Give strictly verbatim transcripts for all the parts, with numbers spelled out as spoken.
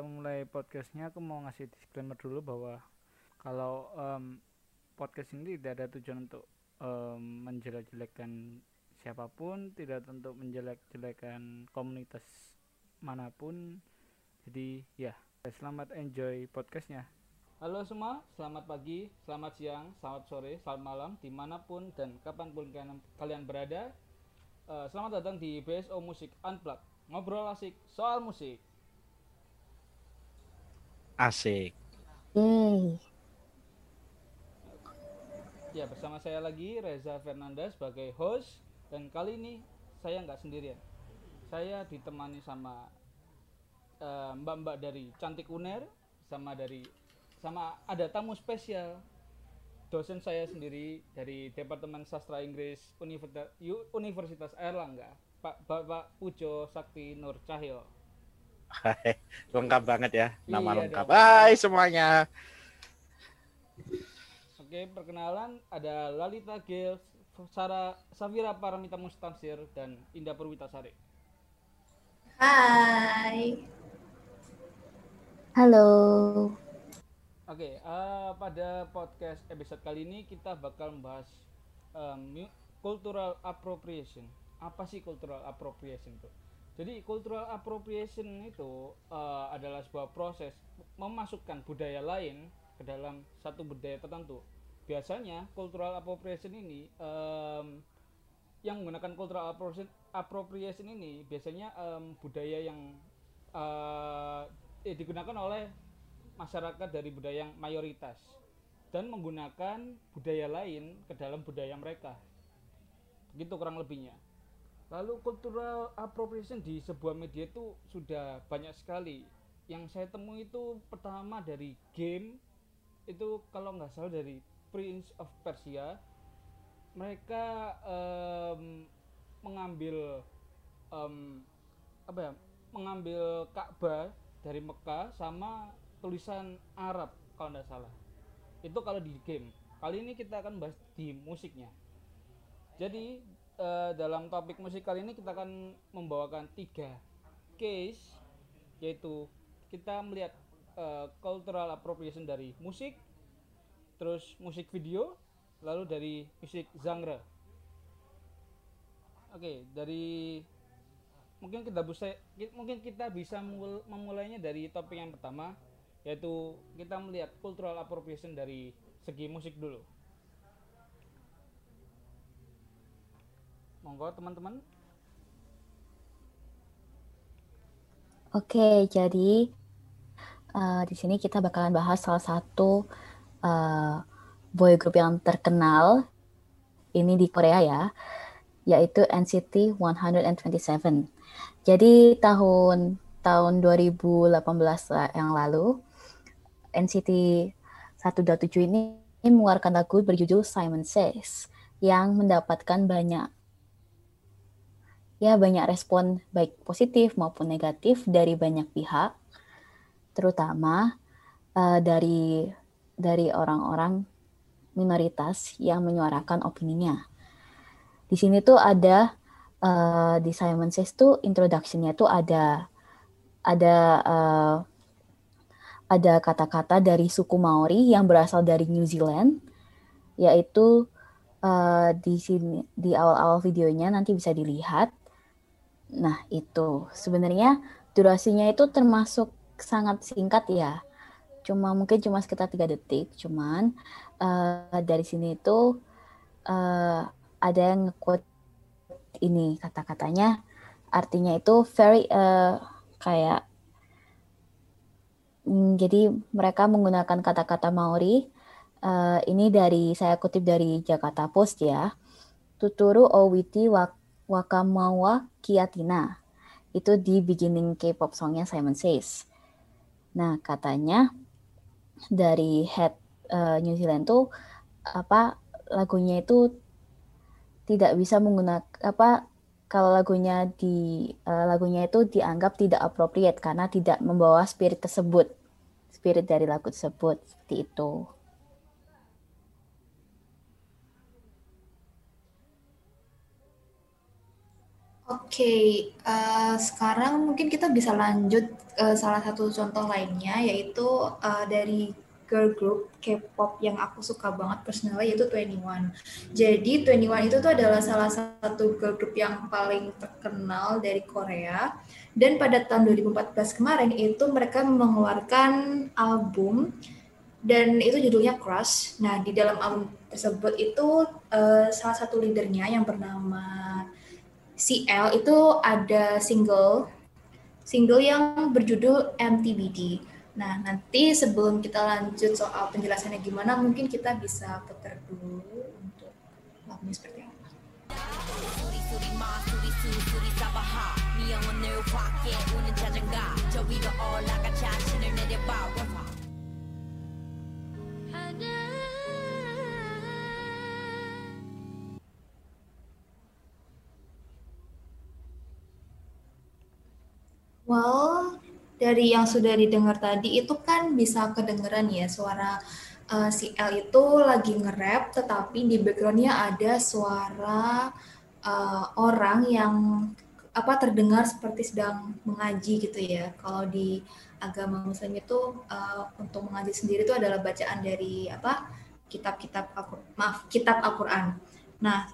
kita mulai podcastnya, aku mau ngasih disclaimer dulu bahwa kalau em, podcast ini tidak ada tujuan untuk em, menjelek-jelekan siapapun, tidak untuk menjelek-jelekan komunitas manapun. Jadi ya, selamat enjoy podcastnya. Halo semua, selamat pagi, selamat siang, selamat sore, selamat malam, dimanapun dan kapanpun kalian berada. Eh, selamat datang di B S O Musik Unplugged, ngobrol asik soal musik. Asik. Yeay. Ya, bersama saya lagi Reza Fernanda sebagai host, dan kali ini saya nggak sendirian. Saya ditemani sama eh, mbak-mbak dari Cantik Uner, sama dari sama ada tamu spesial, dosen saya sendiri dari Departemen Sastra Inggris Universitas, Universitas Airlangga, Pak Bapak Pujo Sakti Nur Cahyo. Hai, lengkap banget ya, nama Iya lengkap. dong. Hai semuanya. Oke, perkenalan ada Lalita Gil, Sarah Safira Paramita Mustamsir, dan Indah Purwitasari. Hai. Halo. Oke, uh, pada podcast episode kali ini kita bakal membahas um, cultural appropriation. Apa sih cultural appropriation itu? Jadi cultural appropriation itu uh, adalah sebuah proses memasukkan budaya lain ke dalam satu budaya tertentu. Biasanya cultural appropriation ini um, yang menggunakan cultural appropriation, appropriation ini biasanya um, budaya yang uh, eh, digunakan oleh masyarakat dari budaya yang mayoritas dan menggunakan budaya lain ke dalam budaya mereka. Begitu kurang lebihnya. Lalu cultural appropriation di sebuah media itu sudah banyak sekali. Yang saya temui itu pertama dari game, itu kalau nggak salah dari Prince of Persia. Mereka um, mengambil um, apa ya? Mengambil Ka'bah dari Mekah sama tulisan Arab kalau nggak salah. Itu kalau di game. Kali ini kita akan bahas di musiknya. Jadi uh, dalam topik musik kali ini kita akan membawakan tiga case, yaitu kita melihat uh, cultural appropriation dari musik, terus musik video, lalu dari musik genre. Oke, dari mungkin kita bisa mungkin kita bisa memulainya dari topik yang pertama, yaitu kita melihat cultural appropriation dari segi musik dulu. Monggo teman-teman. Oke, jadi uh, di sini kita bakalan bahas salah satu uh, boy group yang terkenal ini di Korea ya, yaitu N C T one twenty-seven. Jadi tahun tahun dua ribu delapan belas yang lalu N C T one twenty-seven ini mengeluarkan lagu berjudul Simon Says yang mendapatkan banyak ya banyak respon baik positif maupun negatif dari banyak pihak, terutama uh, dari dari orang-orang minoritas yang menyuarakan opininya. Di sini tuh ada uh, di Simon Says tuh introduction-nya tuh ada ada uh, ada kata-kata dari suku Maori yang berasal dari New Zealand, yaitu uh, di sini di awal-awal videonya nanti bisa dilihat. Nah, itu sebenarnya durasinya itu termasuk sangat singkat ya. Cuma mungkin cuma sekitar tiga detik. Cuman uh, dari sini itu uh, ada yang nge-quote ini kata-katanya. Artinya itu very uh, kayak mm, jadi mereka menggunakan kata-kata Maori. Uh, ini dari saya kutip dari Jakarta Post ya. Tuturu owiti wak Wakamawa Kiatina. Itu di beginning K-pop songnya Simon Says. Nah, katanya dari head uh, New Zealand tuh apa lagunya itu tidak bisa menggunakan apa kalau lagunya di uh, lagunya itu dianggap tidak appropriate karena tidak membawa spirit tersebut. Spirit dari lagu tersebut seperti itu. Oke, uh, sekarang mungkin kita bisa lanjut ke salah satu contoh lainnya, yaitu uh, dari girl group K-pop yang aku suka banget personally, yaitu twenty one. Jadi twenty one itu tuh adalah salah satu girl group yang paling terkenal dari Korea. Dan pada tahun dua ribu empat belas kemarin itu mereka mengeluarkan album dan itu judulnya Crush. Nah, di dalam album tersebut itu uh, salah satu leadernya yang bernama C L itu ada single single yang berjudul M T B D. Nah, nanti sebelum kita lanjut soal penjelasannya gimana, mungkin kita bisa putar dulu untuk lagunya seperti apa. Well, dari yang sudah didengar tadi itu kan bisa kedengeran ya suara uh, si L itu lagi nge-rap, tetapi di backgroundnya ada suara uh, orang yang apa terdengar seperti sedang mengaji gitu ya. Kalau di agama Muslim itu uh, untuk mengaji sendiri itu adalah bacaan dari apa kitab-kitab maaf kitab Al-Quran. Nah,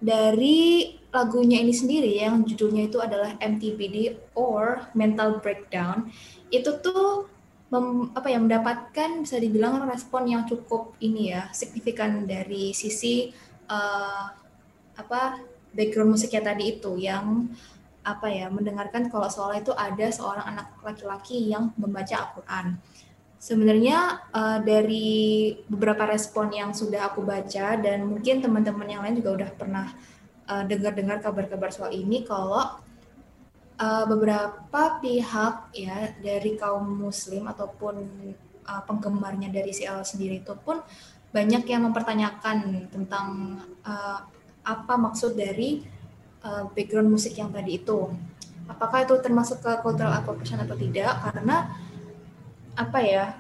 dari lagunya ini sendiri yang judulnya itu adalah M T B D or Mental Breakdown, itu tuh mem, apa ya mendapatkan bisa dibilang respon yang cukup ini ya signifikan dari sisi uh, apa background musiknya tadi itu yang apa ya mendengarkan kalau seolah itu ada seorang anak laki-laki yang membaca Al-Quran. Sebenarnya uh, dari beberapa respon yang sudah aku baca dan mungkin teman-teman yang lain juga udah pernah uh, dengar-dengar kabar-kabar soal ini kalau uh, beberapa pihak ya dari kaum muslim ataupun uh, penggemarnya dari si L sendiri itu pun banyak yang mempertanyakan tentang uh, apa maksud dari uh, background musik yang tadi itu. Apakah itu termasuk ke cultural appropriation atau tidak? Karena apa ya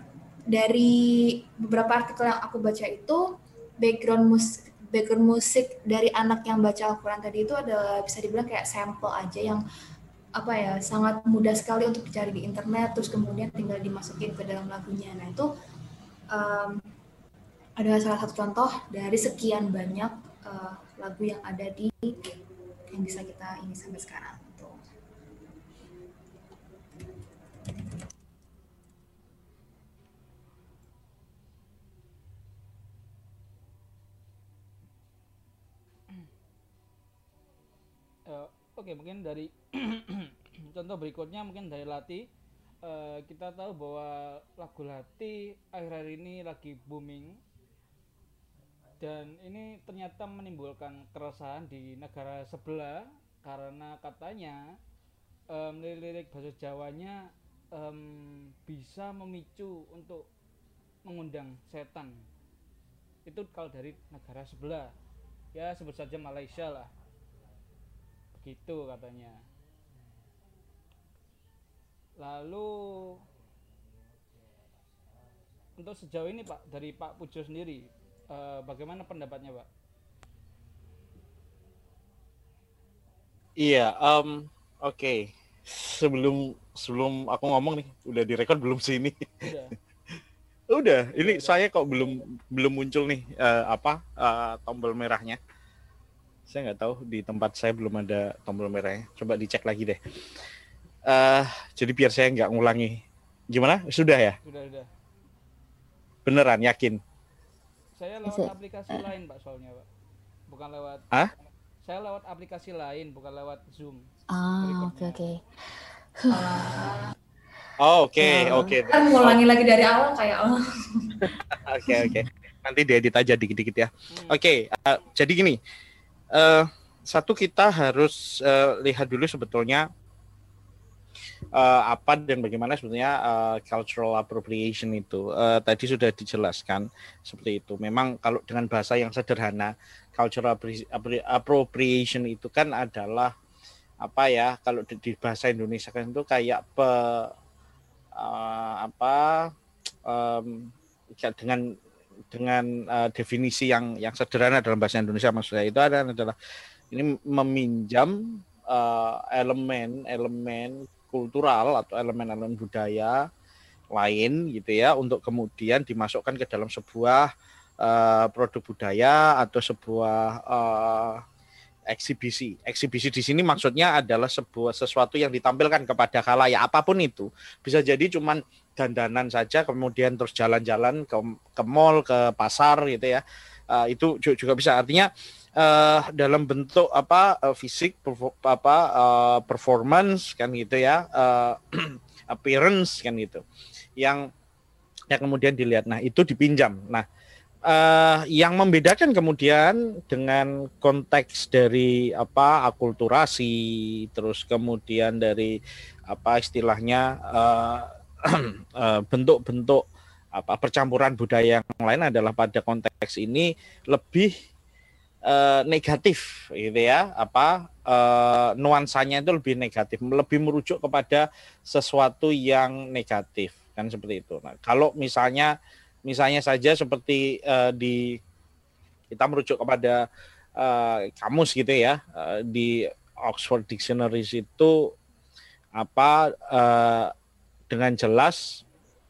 dari beberapa artikel yang aku baca itu background musik background musik dari anak yang baca Al-Quran tadi itu adalah bisa dibilang kayak sampel aja yang apa ya sangat mudah sekali untuk dicari di internet terus kemudian tinggal dimasukin ke dalam lagunya. Nah itu um, adalah salah satu contoh dari sekian banyak uh, lagu yang ada di yang bisa kita ini sampai sekarang. Tuh. Uh, Oke, okay, mungkin dari contoh berikutnya mungkin dari Lati. Uh, kita tahu bahwa lagu Lati akhir-akhir ini lagi booming dan ini ternyata menimbulkan keresahan di negara sebelah karena katanya um, lirik bahasa Jawanya um, bisa memicu untuk mengundang setan. Itu kalau dari negara sebelah, ya sebut saja Malaysia lah. Gitu katanya. Lalu untuk sejauh ini Pak, dari Pak Pujo sendiri, eh, bagaimana pendapatnya Pak? Iya, um, oke. Okay. Sebelum sebelum aku ngomong nih, udah direkod belum sih ini? Udah. Udah, ini udah, saya kok belum belum muncul nih uh, apa uh, tombol merahnya. Saya nggak tahu di tempat saya belum ada tombol merahnya. Coba dicek lagi deh. Uh, jadi biar saya nggak ngulangi. Gimana? Sudah ya? Sudah, sudah. Beneran, yakin? Saya lewat aplikasi lain Pak soalnya Pak. Bukan lewat. Hah? Saya lewat aplikasi lain, bukan lewat Zoom. Ah, oke oke. Oh, oke, oke. Kan ngulangi lagi dari awal kayak oh. Oke, oke. Nanti diedit aja dikit-dikit ya. Hmm. Oke, okay, uh, jadi gini. Uh, satu kita harus uh, lihat dulu sebetulnya uh, apa dan bagaimana sebetulnya uh, cultural appropriation itu. Uh, tadi sudah dijelaskan seperti itu. Memang kalau dengan bahasa yang sederhana, cultural appropriation itu kan adalah apa ya? Kalau di, di bahasa Indonesia kan itu kayak pe, uh, apa um, dengan dengan uh, definisi yang yang sederhana dalam bahasa Indonesia maksud saya itu adalah, adalah ini meminjam uh, elemen-elemen kultural atau elemen-elemen budaya lain gitu ya untuk kemudian dimasukkan ke dalam sebuah uh, produk budaya atau sebuah uh, eksibisi. Eksibisi di sini maksudnya adalah sebuah sesuatu yang ditampilkan kepada khalayak apapun itu. Bisa jadi cuman dandanan saja kemudian terus jalan-jalan ke ke mall, ke pasar gitu ya. Uh, itu juga bisa artinya uh, dalam bentuk apa uh, fisik perfor, apa uh, performance kan gitu ya. Uh, appearance kan gitu. Yang yang kemudian dilihat. Nah, itu dipinjam. Nah, Uh, yang membedakan kemudian dengan konteks dari apa akulturasi, terus kemudian dari apa istilahnya uh, uh, bentuk-bentuk apa percampuran budaya yang lain adalah pada konteks ini lebih uh, negatif, gitu ya, apa uh, nuansanya itu lebih negatif, lebih merujuk kepada sesuatu yang negatif, kan seperti itu. Nah, kalau misalnya Misalnya saja seperti uh, di kita merujuk kepada uh, kamus gitu ya, uh, di Oxford Dictionary itu apa uh, dengan jelas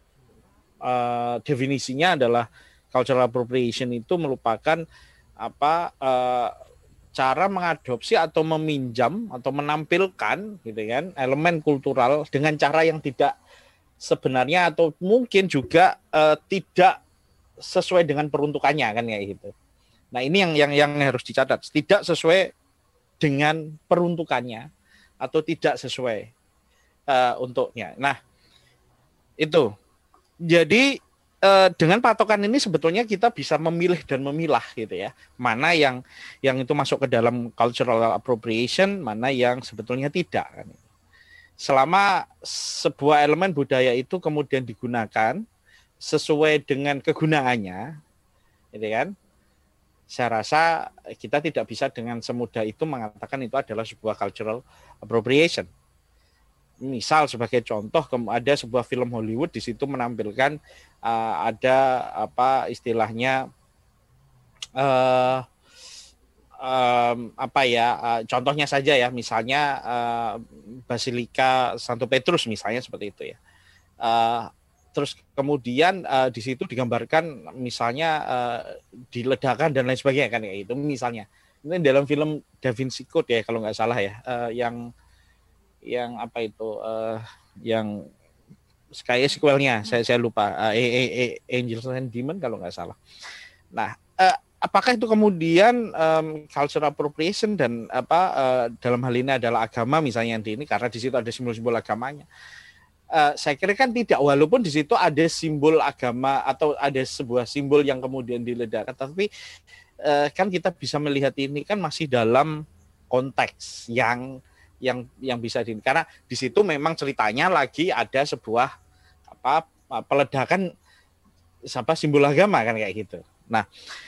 uh, definisinya adalah cultural appropriation itu merupakan apa uh, cara mengadopsi atau meminjam atau menampilkan gitu kan elemen kultural dengan cara yang tidak sebenarnya atau mungkin juga uh, tidak sesuai dengan peruntukannya kan kayak gitu. Nah, ini yang yang yang harus dicatat, tidak sesuai dengan peruntukannya atau tidak sesuai uh, untuknya. Nah, itu. Jadi uh, dengan patokan ini sebetulnya kita bisa memilih dan memilah gitu ya. Mana yang yang itu masuk ke dalam cultural appropriation, mana yang sebetulnya tidak kan. Selama sebuah elemen budaya itu kemudian digunakan sesuai dengan kegunaannya, gitu kan? Saya rasa kita tidak bisa dengan semudah itu mengatakan itu adalah sebuah cultural appropriation. Misal sebagai contoh, ada sebuah film Hollywood di situ menampilkan uh, ada apa istilahnya uh, Um, apa ya uh, contohnya saja ya misalnya uh, Basilika Santo Petrus misalnya seperti itu ya uh, terus kemudian uh, di situ digambarkan misalnya uh, diledakkan dan lain sebagainya kan ya itu misalnya ini dalam film Da Vinci Code ya kalau nggak salah ya uh, yang yang apa itu uh, yang kayak sequelnya saya saya lupa uh, Angels and Demons kalau nggak salah. Nah uh, apakah itu kemudian um, cultural appropriation dan apa uh, dalam hal ini adalah agama misalnya yang di ini karena di situ ada simbol-simbol agamanya. Uh, saya kira kan tidak, walaupun di situ ada simbol agama atau ada sebuah simbol yang kemudian diledakkan, tapi uh, kan kita bisa melihat ini kan masih dalam konteks yang yang yang bisa di karena di situ memang ceritanya lagi ada sebuah apa peledakan apa simbol agama kan kayak gitu. Nah,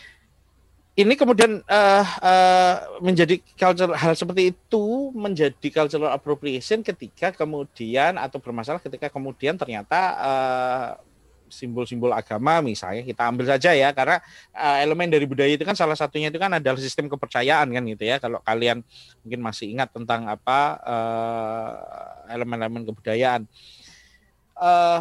ini kemudian uh, uh, menjadi cultural hal seperti itu menjadi cultural appropriation ketika kemudian atau bermasalah ketika kemudian ternyata uh, simbol-simbol agama misalnya kita ambil saja ya karena uh, elemen dari budaya itu kan salah satunya itu kan adalah sistem kepercayaan kan gitu ya. Kalau kalian mungkin masih ingat tentang apa uh, elemen-elemen kebudayaan. Uh,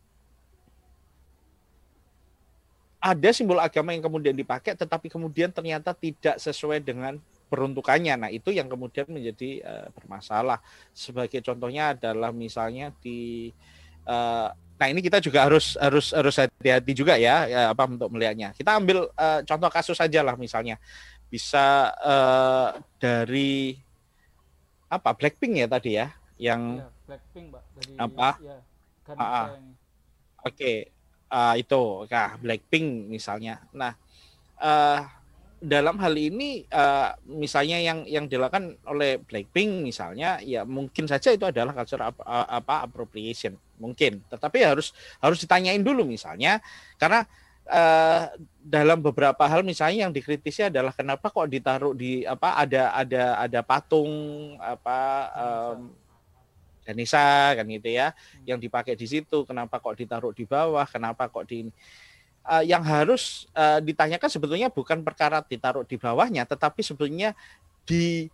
ada simbol agama yang kemudian dipakai tetapi kemudian ternyata tidak sesuai dengan peruntukannya. Nah, itu yang kemudian menjadi uh, bermasalah. Sebagai contohnya adalah misalnya di uh, nah ini kita juga harus harus harus hati-hati juga ya, ya apa untuk melihatnya. Kita ambil uh, contoh kasus saja lah misalnya. Bisa uh, dari apa Blackpink ya tadi ya yang ya, Blackpink, Mbak, dari apa? Ya, ah, ah. Oke. Okay. Uh, itu kah Blackpink misalnya. Nah, uh, dalam hal ini uh, misalnya yang yang dilakukan oleh Blackpink misalnya, ya mungkin saja itu adalah cultural apa, apa appropriation mungkin. Tetapi harus harus ditanyain dulu misalnya, karena uh, dalam beberapa hal misalnya yang dikritisi adalah kenapa kok ditaruh di apa ada ada ada patung apa um, Ganesha kan gitu ya, yang dipakai di situ, kenapa kok ditaruh di bawah, kenapa kok di uh, yang harus uh, ditanyakan sebetulnya bukan perkara ditaruh di bawahnya, tetapi sebetulnya di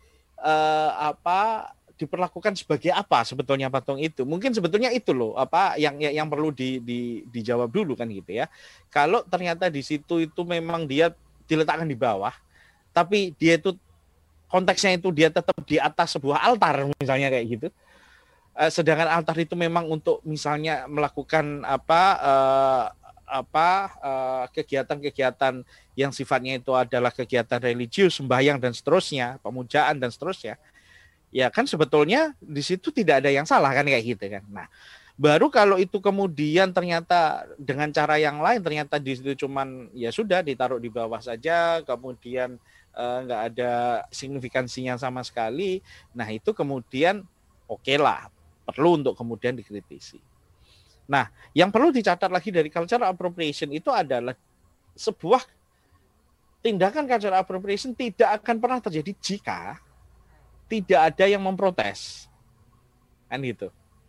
uh, apa diperlakukan sebagai apa sebetulnya patung itu? Mungkin sebetulnya itu loh apa yang yang, yang perlu di, di, dijawab dulu kan gitu ya. Kalau ternyata di situ itu memang dia diletakkan di bawah, tapi dia itu konteksnya itu dia tetap di atas sebuah altar misalnya kayak gitu. Uh, sedangkan altar itu memang untuk misalnya melakukan apa uh, apa uh, kegiatan-kegiatan yang sifatnya itu adalah kegiatan religius, sembahyang dan seterusnya, pemujaan dan seterusnya. Ya kan sebetulnya di situ tidak ada yang salah kan kayak gitu kan. Nah, baru kalau itu kemudian ternyata dengan cara yang lain ternyata di situ cuman ya sudah ditaruh di bawah saja, kemudian nggak uh, ada signifikansinya sama sekali. Nah, itu kemudian oke okay lah, perlu untuk kemudian dikritisi. Nah, yang perlu dicatat lagi dari cultural appropriation itu adalah sebuah tindakan cultural appropriation tidak akan pernah terjadi jika tidak ada yang memprotes. Kan gitu.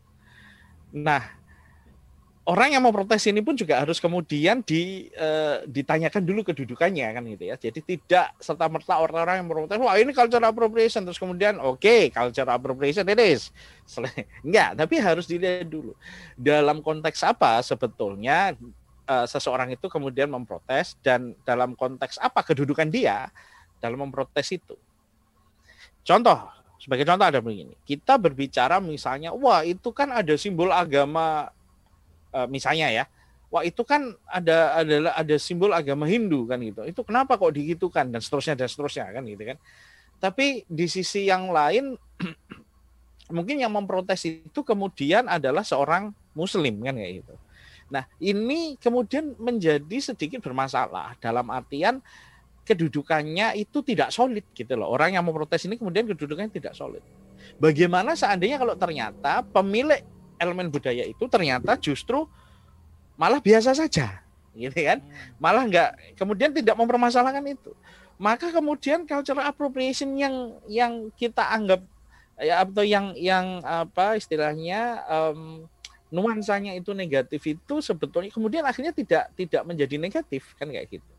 Nah, orang yang memprotes ini pun juga harus kemudian di, eh, ditanyakan dulu kedudukannya kan gitu ya. Jadi tidak serta-merta orang-orang yang memprotes, wah ini cultural appropriation terus kemudian oke, okay, cultural appropriation it is. Enggak, tapi harus dilihat dulu dalam konteks apa sebetulnya eh, seseorang itu kemudian memprotes dan dalam konteks apa kedudukan dia dalam memprotes itu. Contoh, sebagai contoh ada begini. Kita berbicara misalnya, wah itu kan ada simbol agama misalnya ya, wah itu kan ada adalah ada simbol agama Hindu kan gitu. Itu kenapa kok digitukan dan seterusnya dan seterusnya kan gitu kan. Tapi di sisi yang lain mungkin yang memprotes itu kemudian adalah seorang muslim kan kayak gitu. Nah, ini kemudian menjadi sedikit bermasalah dalam artian kedudukannya itu tidak solid gitu loh. Orang yang memprotes ini kemudian kedudukannya tidak solid. Bagaimana seandainya kalau ternyata pemilik elemen budaya itu ternyata justru malah biasa saja, gitu kan? Malah enggak, kemudian tidak mempermasalahkan itu. Maka kemudian cultural appropriation yang yang kita anggap ya atau yang yang apa istilahnya um, nuansanya itu negatif itu sebetulnya kemudian akhirnya tidak tidak menjadi negatif kan kayak gitu.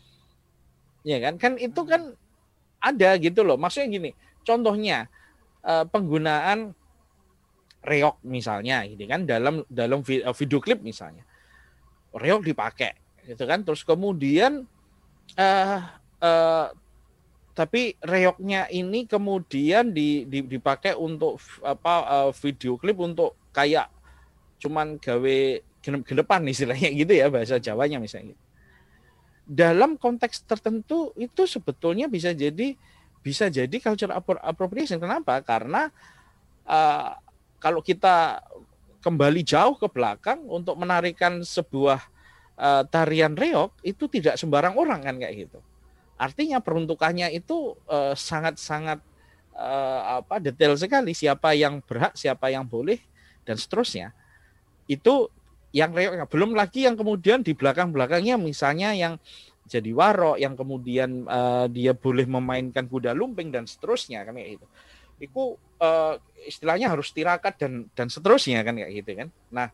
Ya kan? Kan itu kan ada gitu loh. Maksudnya gini, contohnya uh, penggunaan reog misalnya gitu kan dalam dalam video klip misalnya reog dipakai gitu kan terus kemudian uh, uh, tapi reognya ini kemudian di, di, dipakai untuk apa uh, video klip untuk kayak cuman gawe genep-genepan istilahnya gitu ya bahasa Jawanya misalnya gitu. Dalam konteks tertentu itu sebetulnya bisa jadi bisa jadi cultural appropriation. Kenapa? Karena uh, kalau kita kembali jauh ke belakang untuk menarikan sebuah uh, tarian reog itu tidak sembarang orang kan kayak gitu. Artinya peruntukannya itu uh, sangat-sangat uh, apa detail sekali siapa yang berhak, siapa yang boleh dan seterusnya. Itu yang reog. Belum lagi yang kemudian di belakang-belakangnya misalnya yang jadi warok yang kemudian uh, dia boleh memainkan kuda lumping dan seterusnya kan kayak gitu. Itu uh, istilahnya harus tirakat dan dan seterusnya kan kayak gitu kan. Nah,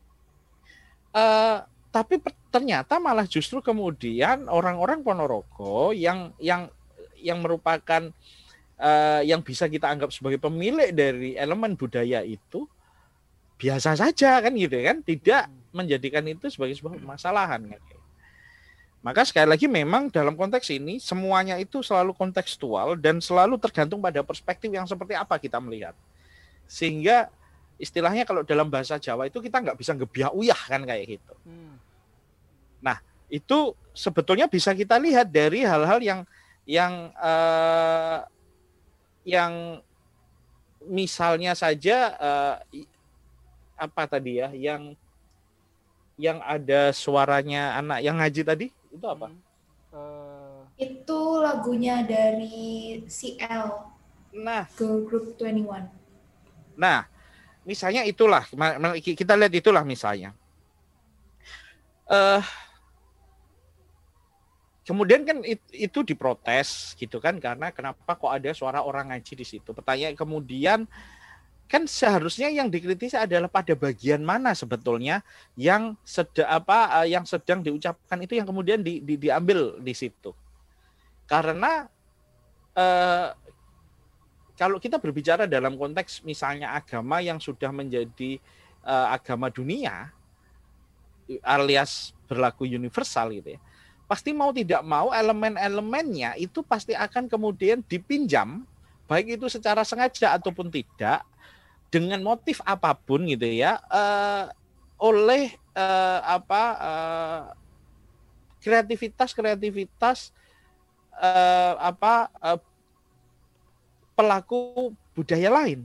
uh, tapi ternyata malah justru kemudian orang-orang Ponorogo yang yang yang merupakan uh, yang bisa kita anggap sebagai pemilik dari elemen budaya itu biasa saja kan gitu kan, tidak menjadikan itu sebagai sebuah permasalahan kan. Maka sekali lagi memang dalam konteks ini semuanya itu selalu kontekstual dan selalu tergantung pada perspektif yang seperti apa kita melihat. Sehingga istilahnya kalau dalam bahasa Jawa itu kita nggak bisa ngebiak uyah kan kayak gitu. Nah itu sebetulnya bisa kita lihat dari hal-hal yang yang uh, yang misalnya saja uh, apa tadi ya yang yang ada suaranya anak yang ngaji tadi. Itu apa? Hmm. Uh... Itu lagunya dari C L. Nah, Girl Group dua puluh satu. Nah, misalnya itulah kita lihat itulah misalnya. Uh, kemudian kan it, itu diprotes gitu kan karena kenapa kok ada suara orang ngaji di situ. Pertanyaan kemudian kan seharusnya yang dikritisi adalah pada bagian mana sebetulnya yang sedang apa yang sedang diucapkan itu yang kemudian di, di, diambil di situ. Karena eh, kalau kita berbicara dalam konteks misalnya agama yang sudah menjadi uh, agama dunia alias berlaku universal gitu ya, pasti mau tidak mau elemen-elemennya itu pasti akan kemudian dipinjam, baik itu secara sengaja ataupun tidak, dengan motif apapun gitu ya, uh, oleh uh, apa uh, kreativitas kreativitas uh, apa uh, pelaku budaya lain.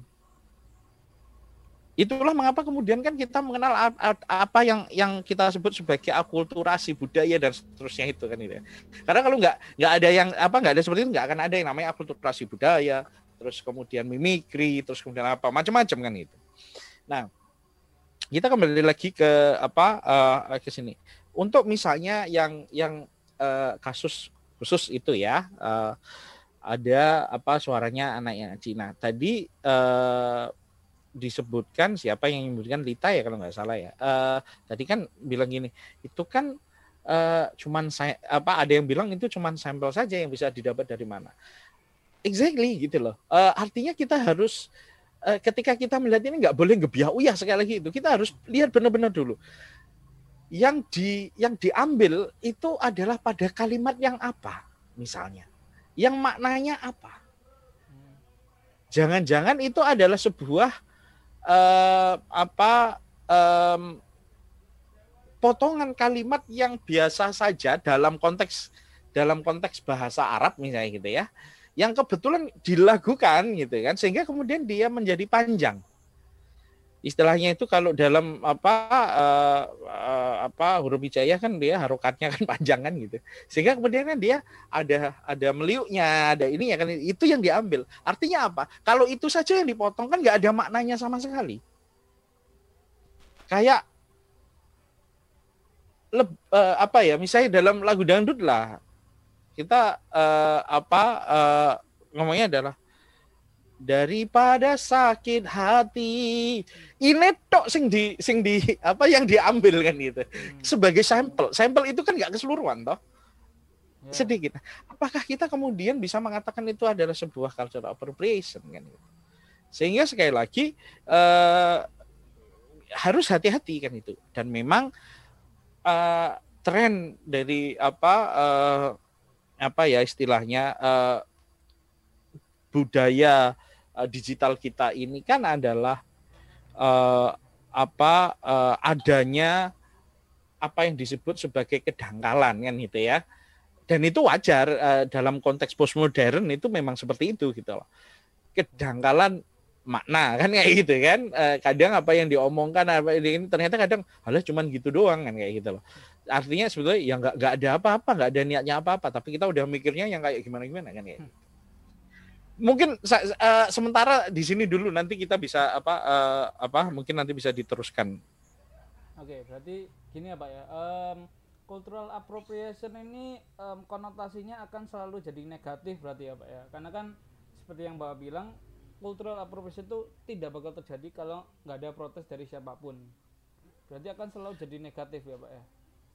Itulah mengapa kemudian kan kita mengenal apa yang yang kita sebut sebagai akulturasi budaya dan seterusnya itu kan itu. Karena kalau nggak nggak ada yang apa nggak ada seperti itu, nggak akan ada yang namanya akulturasi budaya, terus kemudian mimikri, terus kemudian apa macam-macam kan itu. Nah, kita kembali lagi ke apa uh, ke sini. Untuk misalnya yang yang uh, kasus khusus itu ya. Uh, ada apa suaranya anaknya Cina. Tadi eh, disebutkan siapa yang menyebutkan Lita ya kalau nggak salah ya. Eh, tadi kan bilang gini, itu kan eh, cuman saya apa ada yang bilang itu cuman sampel saja yang bisa didapat dari mana. Exactly gitu loh. Eh, artinya kita harus eh, ketika kita melihat ini nggak boleh ngebiah uyah sekali lagi itu. Kita harus lihat benar-benar dulu. Yang di yang diambil itu adalah pada kalimat yang apa misalnya. Yang maknanya apa? Jangan-jangan itu adalah sebuah uh, apa um, potongan kalimat yang biasa saja dalam konteks dalam konteks bahasa Arab misalnya gitu ya, yang kebetulan dilakukan gitu kan, sehingga kemudian dia menjadi panjang. Istilahnya itu kalau dalam apa uh, uh, apa huruf hijaiyah kan dia harokatnya kan panjang kan gitu, sehingga kemudian kan dia ada ada meliuknya, ada ini ya kan, itu yang diambil. Artinya apa? Kalau itu saja yang dipotong kan nggak ada maknanya sama sekali. Kayak leb, uh, apa ya? Misalnya dalam lagu dangdut lah kita uh, apa uh, ngomongnya adalah daripada sakit hati, ini tok sing di sing di apa yang diambil kan gitu hmm. sebagai sampel. Sampel itu kan nggak keseluruhan toh, ya. Sedikit. Apakah kita kemudian bisa mengatakan itu adalah sebuah cultural appropriation kan gitu? Sehingga sekali lagi eh, harus hati-hati kan itu. Dan memang eh, tren dari apa eh, apa ya istilahnya eh, budaya uh, digital kita ini kan adalah uh, apa uh, adanya apa yang disebut sebagai kedangkalan kan gitu ya, dan itu wajar uh, dalam konteks postmodern itu memang seperti itu gitu loh, kedangkalan makna kan kayak gitu kan, uh, kadang apa yang diomongkan apa ini ternyata kadang halah cuman gitu doang kan kayak gitu loh, artinya sebetulnya ya nggak nggak ada apa-apa, nggak ada niatnya apa-apa, tapi kita udah mikirnya yang kayak gimana-gimana kan kayak gitu. Mungkin uh, sementara di sini dulu, nanti kita bisa apa uh, apa mungkin nanti bisa diteruskan. Oke, berarti gini ya Pak ya, um, cultural appropriation ini um, konotasinya akan selalu jadi negatif berarti ya Pak ya, karena kan seperti yang Bapak bilang, cultural appropriation itu tidak bakal terjadi kalau nggak ada protes dari siapapun, berarti akan selalu jadi negatif ya Pak ya.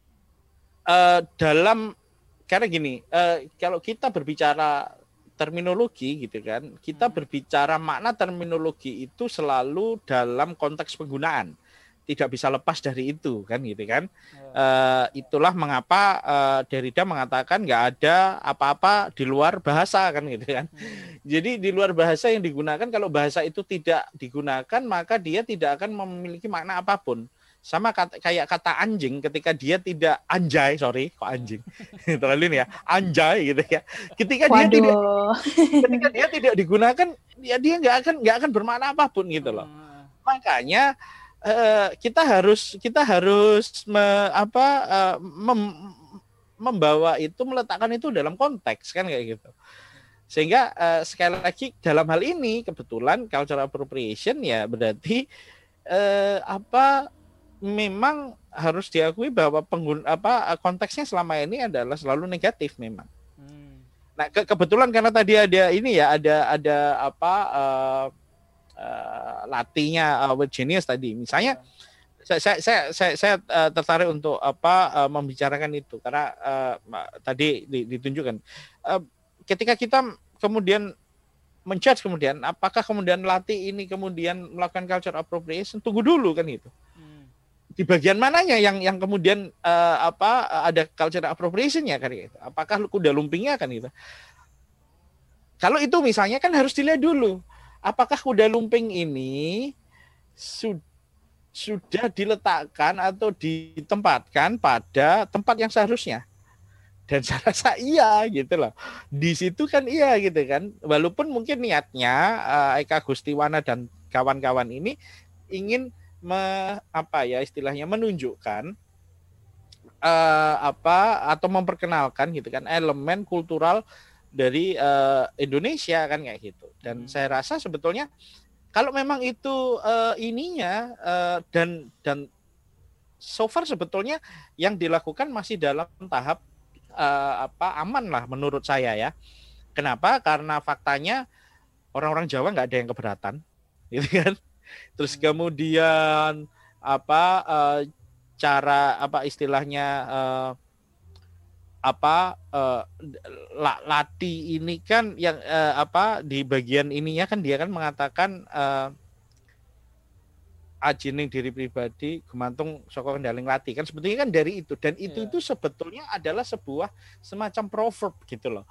Uh, dalam karena gini, uh, kalau kita berbicara terminologi gitu kan, kita hmm. berbicara makna terminologi itu selalu dalam konteks penggunaan, tidak bisa lepas dari itu kan gitu kan. Ya. Uh, itulah mengapa uh, Derrida mengatakan nggak ada apa-apa di luar bahasa kan gitu kan. Hmm. Jadi di luar bahasa yang digunakan, kalau bahasa itu tidak digunakan maka dia tidak akan memiliki makna apapun. Sama kata, kayak kata anjing, ketika dia tidak anjay, sorry kok anjing terlalu ini ya, anjay gitu ya, ketika Waduh. dia tidak ketika dia tidak digunakan, ya dia nggak akan nggak akan bermakna apapun gitu loh. Hmm. Makanya uh, kita harus kita harus me, apa uh, mem, membawa itu, meletakkan itu dalam konteks kan kayak gitu. Sehingga uh, sekali lagi dalam hal ini kebetulan cultural appropriation ya berarti uh, apa memang harus diakui bahwa pengguna apa konteksnya selama ini adalah selalu negatif memang. Hmm. Nah ke, kebetulan karena tadi ada ini ya ada ada apa uh, uh, latihnya uh, word genius tadi misalnya, yeah. saya saya saya, saya uh, tertarik untuk apa uh, membicarakan itu karena uh, tadi ditunjukkan uh, ketika kita kemudian menjudge kemudian apakah kemudian Lati ini kemudian melakukan culture appropriation, tunggu dulu kan gitu. Hmm. Di bagian mananya yang yang kemudian uh, apa ada culture appropriation-nya kan gitu. Apakah kuda lumpingnya kan gitu. Kalau itu misalnya kan harus dilihat dulu apakah kuda lumping ini sudah sudah diletakkan atau ditempatkan pada tempat yang seharusnya. Dan saya rasa iya gitu loh. Di situ kan iya gitu kan. Walaupun mungkin niatnya uh, Eka Gustiwana dan kawan-kawan ini ingin me, apa ya istilahnya menunjukkan uh, apa atau memperkenalkan gitu kan elemen kultural dari uh, Indonesia kan kayak gitu. Dan hmm. saya rasa sebetulnya kalau memang itu uh, ininya uh, dan dan so far sebetulnya yang dilakukan masih dalam tahap Uh, apa aman lah menurut saya ya. Kenapa? Karena faktanya orang-orang Jawa nggak ada yang keberatan, gitu kan. Terus kemudian apa uh, cara apa istilahnya uh, apa uh, Lati ini kan yang uh, apa di bagian ininya kan dia kan mengatakan uh, ajining diri pribadi gumantung saka kendaling Lati kan sebetulnya kan dari itu dan itu yeah. itu sebetulnya adalah sebuah semacam proverb gitu loh.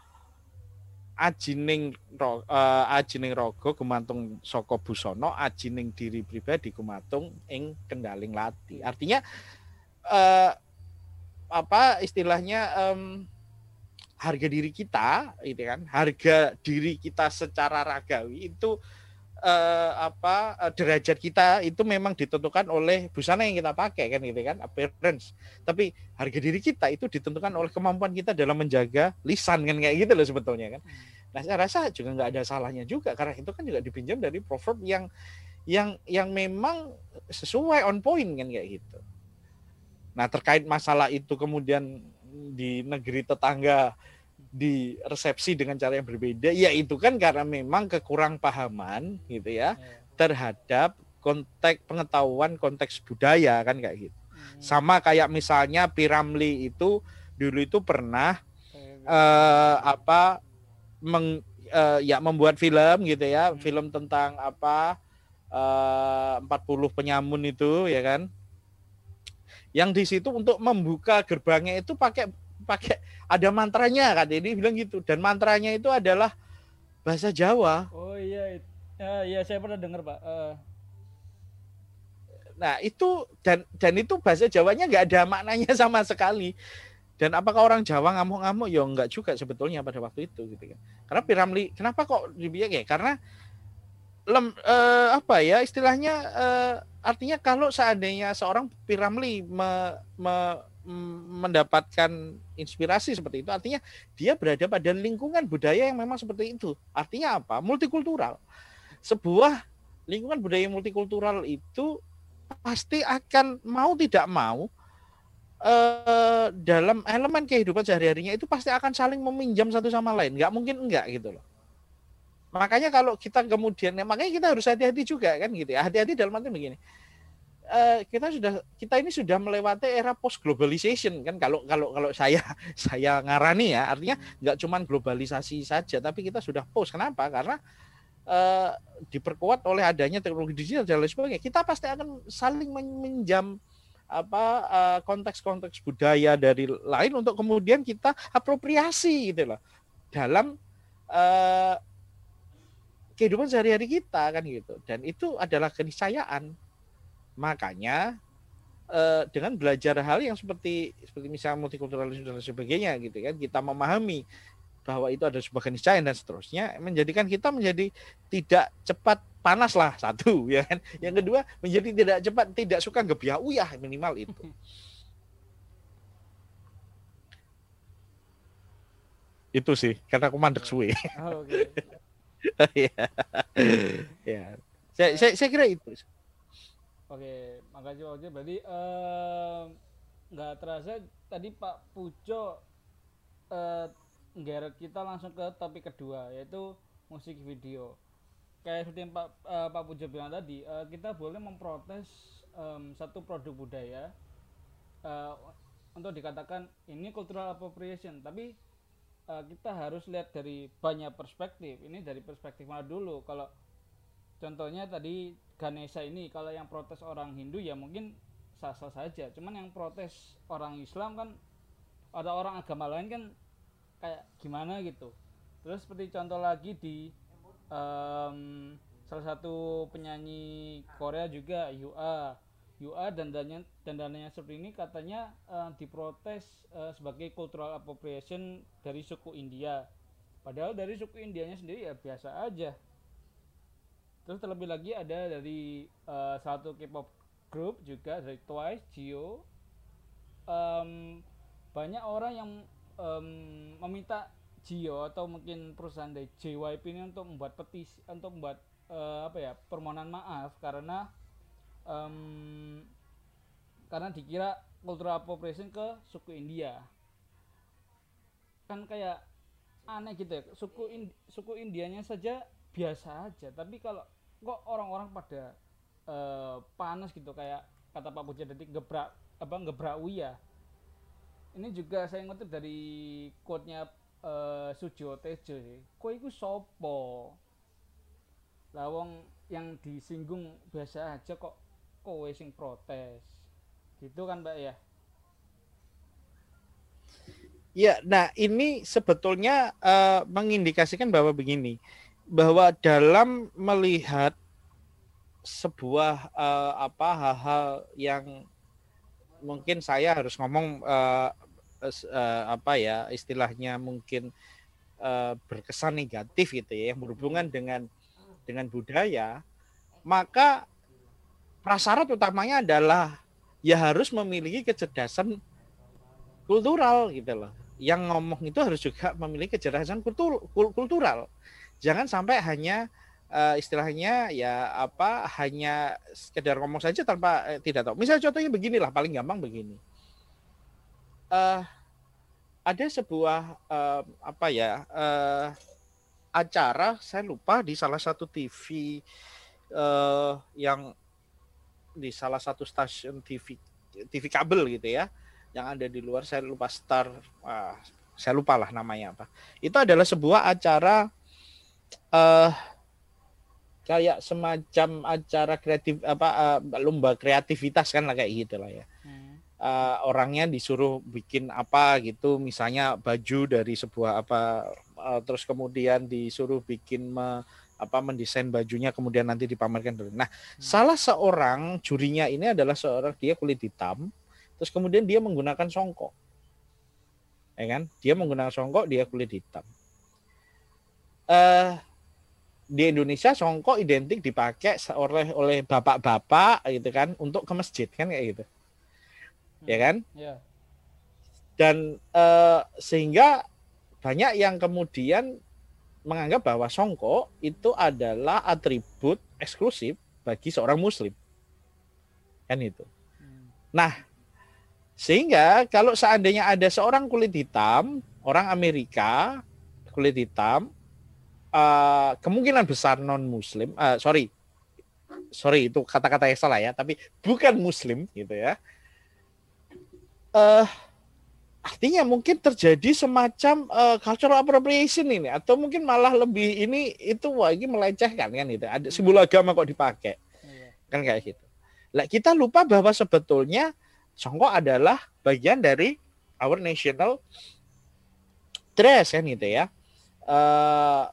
Ajining ro, uh, ajining rogo gumantung saka busana, ajining diri pribadi gumantung ing kendaling Lati. Artinya uh, apa istilahnya um, harga diri kita itu kan, harga diri kita secara ragawi itu Uh, apa uh, derajat kita itu memang ditentukan oleh busana yang kita pakai kan gitu kan appearance, tapi harga diri kita itu ditentukan oleh kemampuan kita dalam menjaga lisan kan kayak gitu loh sebetulnya kan. Nah saya rasa juga nggak ada salahnya juga karena itu kan juga dipinjam dari proverb yang yang yang memang sesuai on point kan kayak gitu. Nah terkait masalah itu kemudian di negeri tetangga di resepsi dengan cara yang berbeda, ya itu kan karena memang kekurang pahaman gitu ya terhadap konteks pengetahuan konteks budaya kan kayak gitu. Hmm. Sama kayak misalnya P. Ramlee itu dulu itu pernah eh, apa meng, eh, ya membuat film gitu ya, hmm. film tentang apa eh, empat puluh penyamun itu ya kan. Yang di situ untuk membuka gerbangnya itu pakai pakai ada mantranya kan ini bilang gitu dan mantranya itu adalah bahasa Jawa. Oh iya, uh, iya saya pernah dengar Pak. Uh. Nah itu dan dan itu bahasa Jawanya nggak ada maknanya sama sekali. Dan apakah orang Jawa ngamuk-ngamuk? Ya enggak juga sebetulnya pada waktu itu gitu kan. Karena P. Ramlee kenapa kok dibilang ya? Karena lem, uh, apa ya istilahnya uh, artinya kalau seandainya seorang P. Ramlee me, me, mendapatkan inspirasi seperti itu artinya dia berada pada lingkungan budaya yang memang seperti itu. Artinya apa? Multikultural. Sebuah lingkungan budaya multikultural itu pasti akan mau tidak mau eh, dalam elemen kehidupan sehari-harinya itu pasti akan saling meminjam satu sama lain. Nggak mungkin enggak gitu loh. Makanya kalau kita kemudian makanya kita harus hati-hati juga kan gitu ya. Hati-hati dalam arti begini. Uh, kita sudah kita ini sudah melewati era post globalization kan kalau kalau kalau saya saya ngarani ya artinya nggak cuma globalisasi saja tapi kita sudah post. Kenapa? Karena uh, diperkuat oleh adanya teknologi digital dan lain sebagainya. Kita pasti akan saling meminjam apa uh, konteks-konteks budaya dari lain untuk kemudian kita apropriasi gitu loh dalam uh, kehidupan sehari-hari kita kan gitu dan itu adalah keniscayaan. Makanya eh, dengan belajar hal yang seperti seperti misalnya multikulturalisme dan sebagainya gitu kan kita memahami bahwa itu ada sebuah keniscayaan dan seterusnya menjadikan kita menjadi tidak cepat panas lah satu ya kan. Yang kedua menjadi tidak cepat tidak suka gebiah uyah minimal itu. Itu sih karena aku mandek suwe. Oh, okay. ya. ya. Saya, saya saya kira itu. Oke, makasih Pak Pujo. Berarti nggak uh, terasa tadi Pak Pujo uh, nggeret kita langsung ke topik kedua yaitu musik video. Kayak seperti yang Pak uh, Pak Pujo bilang tadi, uh, kita boleh memprotes um, satu produk budaya uh, untuk dikatakan ini cultural appropriation, tapi uh, kita harus lihat dari banyak perspektif. Ini dari perspektif mana dulu? Kalau contohnya tadi Ganesha ini, kalau yang protes orang Hindu ya mungkin sah-sah saja. Cuman yang protes orang Islam kan, ada orang agama lain kan kayak gimana gitu. Terus seperti contoh lagi di um, salah satu penyanyi Korea juga U A U A dandannya dandanannya seperti ini katanya uh, diprotes uh, sebagai cultural appropriation dari suku India. Padahal dari suku Indianya sendiri ya biasa aja. Terus terlebih lagi ada dari uh, satu K-pop group juga dari Twice, Jio. Um, banyak orang yang um, meminta Jio atau mungkin perusahaan dari J Y P ini untuk membuat petisi, untuk membuat uh, apa ya permohonan maaf karena um, karena dikira cultural appropriation ke suku India. Kan kayak aneh gitu ya, suku Indi, suku Indianya saja biasa aja, tapi kalau kok orang-orang pada uh, panas gitu kayak kata Pak Puja tadi gebrak apa gebrak Uya. Ini juga saya ngutip dari quote-nya uh, Sujiwo Tejo sih. Kowe iku sopo? Lah wong yang disinggung biasa aja kok kowe sing protes. Gitu kan, Mbak ya? Ya, nah ini sebetulnya uh, mengindikasikan bahwa begini, bahwa dalam melihat sebuah uh, apa hal-hal yang mungkin saya harus ngomong uh, uh, apa ya istilahnya mungkin uh, berkesan negatif gitu ya, yang berhubungan dengan dengan budaya, maka prasyarat utamanya adalah ya harus memiliki kecerdasan kultural gitu loh. Yang ngomong itu harus juga memiliki kecerdasan kultur, kultural. Jangan sampai hanya uh, istilahnya ya apa hanya sekedar ngomong saja tanpa eh, tidak tahu. Misalnya contohnya beginilah, paling gampang begini. Uh, ada sebuah uh, apa ya uh, acara, saya lupa di salah satu T V uh, yang di salah satu stasiun T V T V kabel gitu ya, yang ada di luar, saya lupa Star, uh, saya lupa lah namanya apa. Itu adalah sebuah acara uh, kayak semacam acara kreatif apa uh, lomba kreativitas kan lah kayak gitulah ya. Hmm. Uh, orangnya disuruh bikin apa gitu, misalnya baju dari sebuah apa, uh, terus kemudian disuruh bikin me, apa mendesain bajunya kemudian nanti dipamerkan dulu. Nah, hmm. salah seorang jurinya ini adalah seorang, dia kulit hitam, terus kemudian dia menggunakan songkok. Ya kan? Dia menggunakan songkok, dia kulit hitam. Uh, di Indonesia songkok identik dipakai oleh oleh bapak-bapak gitu kan untuk ke masjid kan kayak gitu. Hmm. Ya kan? Yeah. Dan uh, sehingga banyak yang kemudian menganggap bahwa songkok itu adalah atribut eksklusif bagi seorang muslim. Kan itu. Hmm. Nah, sehingga kalau seandainya ada seorang kulit hitam, orang Amerika kulit hitam, uh, kemungkinan besar non muslim, uh, sorry, sorry itu kata-kata yang salah ya, tapi bukan muslim gitu ya. Uh, artinya mungkin terjadi semacam uh, cultural appropriation ini, atau mungkin malah lebih ini itu wah ini melecehkan kan itu. Ada simbol agama kok dipakai, iya. Kan kayak gitu. Lah kita lupa bahwa sebetulnya songkok adalah bagian dari our national dress kan gitu ya. Uh,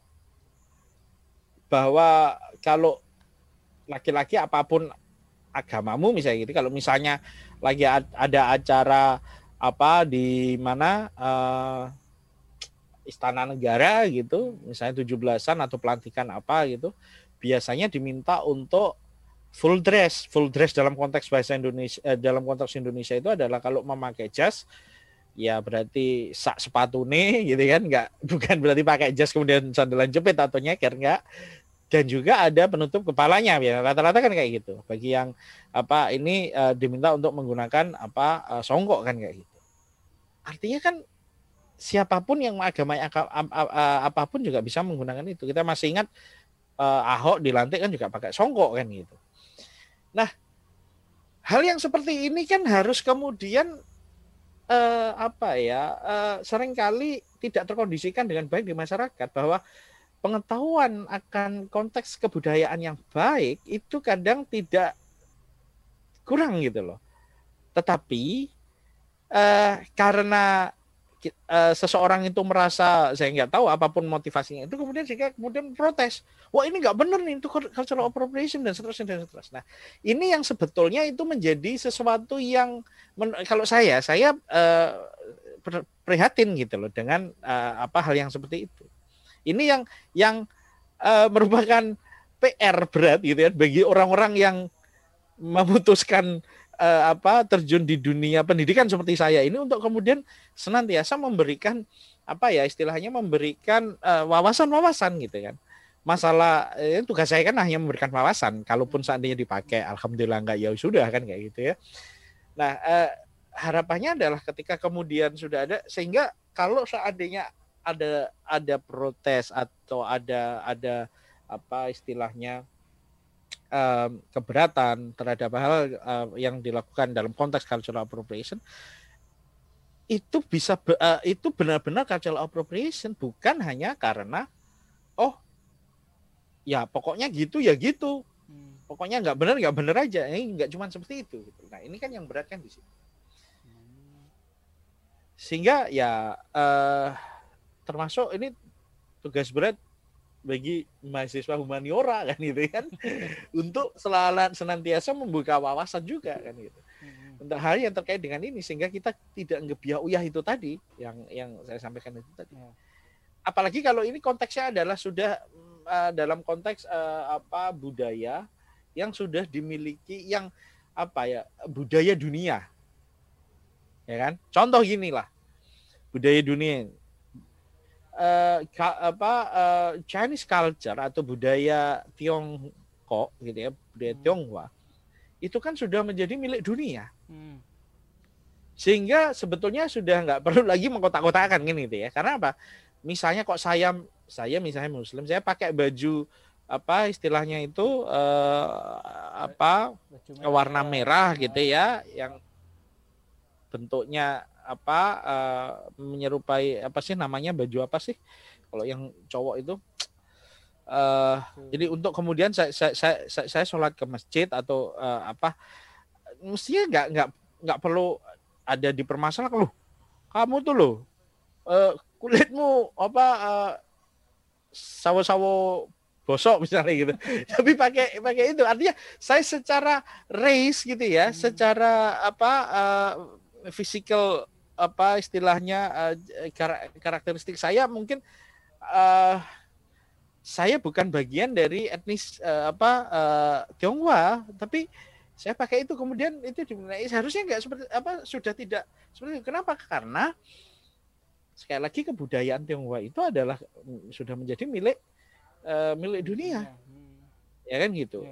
bahwa kalau laki-laki apapun agamamu misalnya gitu, kalau misalnya lagi ada acara apa di mana uh, istana negara gitu, misalnya tujuh belasan atau pelantikan apa gitu, biasanya diminta untuk full dress. Full dress dalam konteks bahasa Indonesia, eh, dalam konteks Indonesia itu adalah kalau memakai jas, ya berarti sak sepatu nih gitu kan, nggak, bukan berarti pakai jas kemudian sandalan jepit atau nyeker, nggak. Dan juga ada penutup kepalanya, ya rata-rata kan kayak gitu. Bagi yang apa ini uh, diminta untuk menggunakan apa uh, songkok kan kayak gitu. Artinya kan siapapun yang agama ap, ap, ap, apapun juga bisa menggunakan itu. Kita masih ingat uh, Ahok dilantik kan juga pakai songkok kan gitu. Nah, hal yang seperti ini kan harus kemudian eh, apa ya eh, seringkali tidak terkondisikan dengan baik di masyarakat, bahwa pengetahuan akan konteks kebudayaan yang baik itu kadang tidak kurang gitu loh. Tetapi eh, karena uh, seseorang itu merasa saya nggak tahu apapun motivasinya itu, kemudian sehingga kemudian protes, wah ini nggak benar nih, itu cultural appropriation dan seterusnya dan seterusnya. Nah ini yang sebetulnya itu menjadi sesuatu yang men- kalau saya saya uh, prihatin gitu loh dengan uh, apa hal yang seperti itu. Ini yang yang uh, merupakan P R berat gitu ya bagi orang-orang yang memutuskan uh, apa terjun di dunia pendidikan seperti saya ini, untuk kemudian senantiasa memberikan apa ya istilahnya memberikan uh, wawasan-wawasan gitu kan. Masalah eh, tugas saya kan hanya memberikan wawasan, kalaupun seandainya dipakai alhamdulillah enggak ya sudah kan kayak gitu ya. Nah, uh, harapannya adalah ketika kemudian sudah ada, sehingga kalau seandainya ada ada protes atau ada ada apa istilahnya Um, keberatan terhadap hal uh, yang dilakukan dalam konteks cultural appropriation, itu bisa uh, itu benar-benar cultural appropriation, bukan hanya karena oh ya pokoknya gitu ya gitu, hmm. pokoknya nggak benar nggak benar aja, ini nggak cuma seperti itu. Nah ini kan yang berat kan di situ, sehingga ya uh, termasuk ini tugas berat bagi mahasiswa humaniora kan gitu kan untuk selalu senantiasa membuka wawasan juga kan gitu hmm. untuk hal yang terkait dengan ini, sehingga kita tidak ngebiah uyah itu tadi yang yang saya sampaikan itu tadi. Hmm. Apalagi kalau ini konteksnya adalah sudah uh, dalam konteks uh, apa budaya yang sudah dimiliki, yang apa ya budaya dunia ya kan. Contoh gini lah, budaya dunia Uh, ka, apa uh, Chinese culture atau budaya Tiongkok gitu ya, budaya hmm. Tionghoa itu kan sudah menjadi milik dunia, hmm. sehingga sebetulnya sudah nggak perlu lagi mengkotak-kotakan kan gitu ya. Karena apa? Misalnya kok saya saya misalnya Muslim, saya pakai baju apa istilahnya itu uh, apa warna merah gitu ya, yang bentuknya apa uh, menyerupai apa sih namanya baju apa sih kalau yang cowok itu uh, hmm. jadi untuk kemudian saya saya saya, saya sholat ke masjid atau uh, apa mestinya nggak nggak nggak perlu ada dipermasalahkan loh, kamu tuh loh uh, kulitmu apa uh, sawo-sawo bosok misalnya gitu tapi pakai pakai itu, artinya saya secara race gitu ya, hmm. secara apa uh, physical apa istilahnya uh, karakteristik saya mungkin uh, saya bukan bagian dari etnis uh, apa uh, Tionghoa, tapi saya pakai itu kemudian itu dinilai seharusnya nggak seperti apa sudah tidak seperti itu. Kenapa? Karena sekali lagi kebudayaan Tionghoa itu adalah sudah menjadi milik uh, milik dunia, ya kan gitu.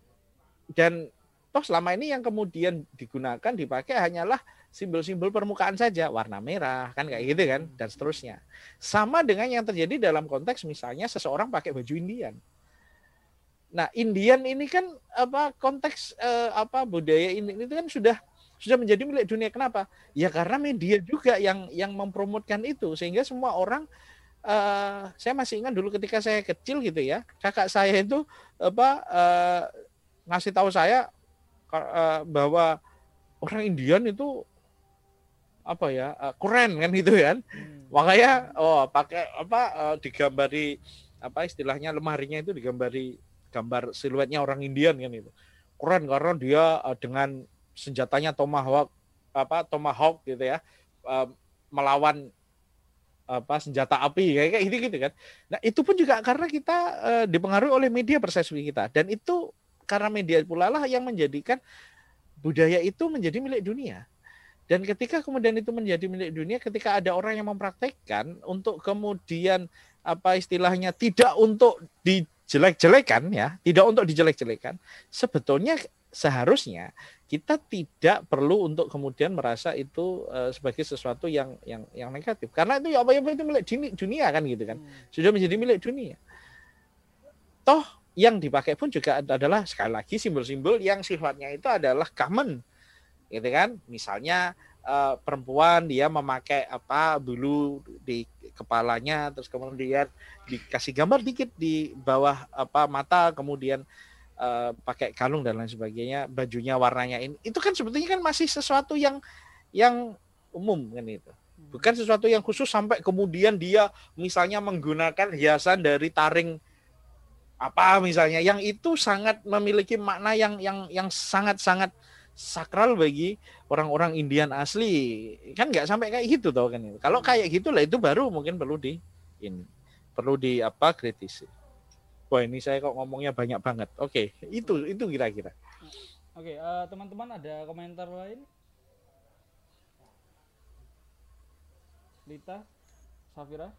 Dan toh selama ini yang kemudian digunakan dipakai hanyalah simbol-simbol permukaan saja, warna merah kan kayak gitu kan dan seterusnya. Sama dengan yang terjadi dalam konteks misalnya seseorang pakai baju Indian. Nah, Indian ini kan apa konteks eh, apa budaya ini itu kan sudah sudah menjadi milik dunia. Kenapa? Ya karena media juga yang yang mempromotkan itu, sehingga semua orang eh, saya masih ingat dulu ketika saya kecil gitu ya, kakak saya itu apa eh, ngasih tahu saya eh, bahwa orang Indian itu apa ya uh, keren kan gitu kan, hmm. makanya oh pakai apa uh, digambari apa istilahnya lemarinya itu digambari gambar siluetnya orang Indian kan itu keren karena dia uh, dengan senjatanya tomahawk apa tomahawk gitu ya uh, melawan apa senjata api kayak gitu gitu kan. Nah itu pun juga karena kita uh, dipengaruhi oleh media persepsi kita, dan itu karena media pula lah yang menjadikan budaya itu menjadi milik dunia. Dan ketika kemudian itu menjadi milik dunia, ketika ada orang yang mempraktekkan untuk kemudian apa istilahnya tidak untuk dijelek-jelekan ya, tidak untuk dijelek-jelekan, sebetulnya seharusnya kita tidak perlu untuk kemudian merasa itu uh, sebagai sesuatu yang yang yang negatif, karena itu ya apa ya itu milik dunia kan gitu kan, hmm. sudah menjadi milik dunia. Toh yang dipakai pun juga adalah sekali lagi simbol-simbol yang sifatnya itu adalah common gitu kan, misalnya uh, perempuan, dia memakai apa bulu di kepalanya, terus kemudian dikasih gambar dikit di bawah apa mata, kemudian uh, pakai kalung dan lain sebagainya, bajunya warnanya ini, itu kan sebetulnya kan masih sesuatu yang yang umum kan itu. Bukan sesuatu yang khusus sampai kemudian dia misalnya menggunakan hiasan dari taring apa misalnya, yang itu sangat memiliki makna yang yang yang sangat-sangat sakral bagi orang-orang Indian asli. Kan nggak sampai kayak gitu tau kan itu. Kalau kayak gitulah itu baru mungkin perlu di ini perlu di apa kritisi. Wah, ini saya kok ngomongnya banyak banget. Oke, itu itu kira-kira. Oke, uh, teman-teman ada komentar lain? Lita, Safira?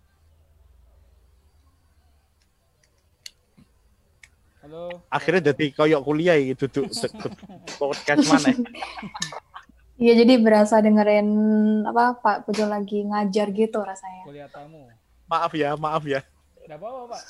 Halo. Akhirnya jadi koyok kuliah gitu tuh podcast mana? Iya, jadi berasa dengerin apa Pak Pujo lagi ngajar gitu rasanya. Kuliah tamu. Maaf ya, maaf ya. Enggak apa-apa, Pak.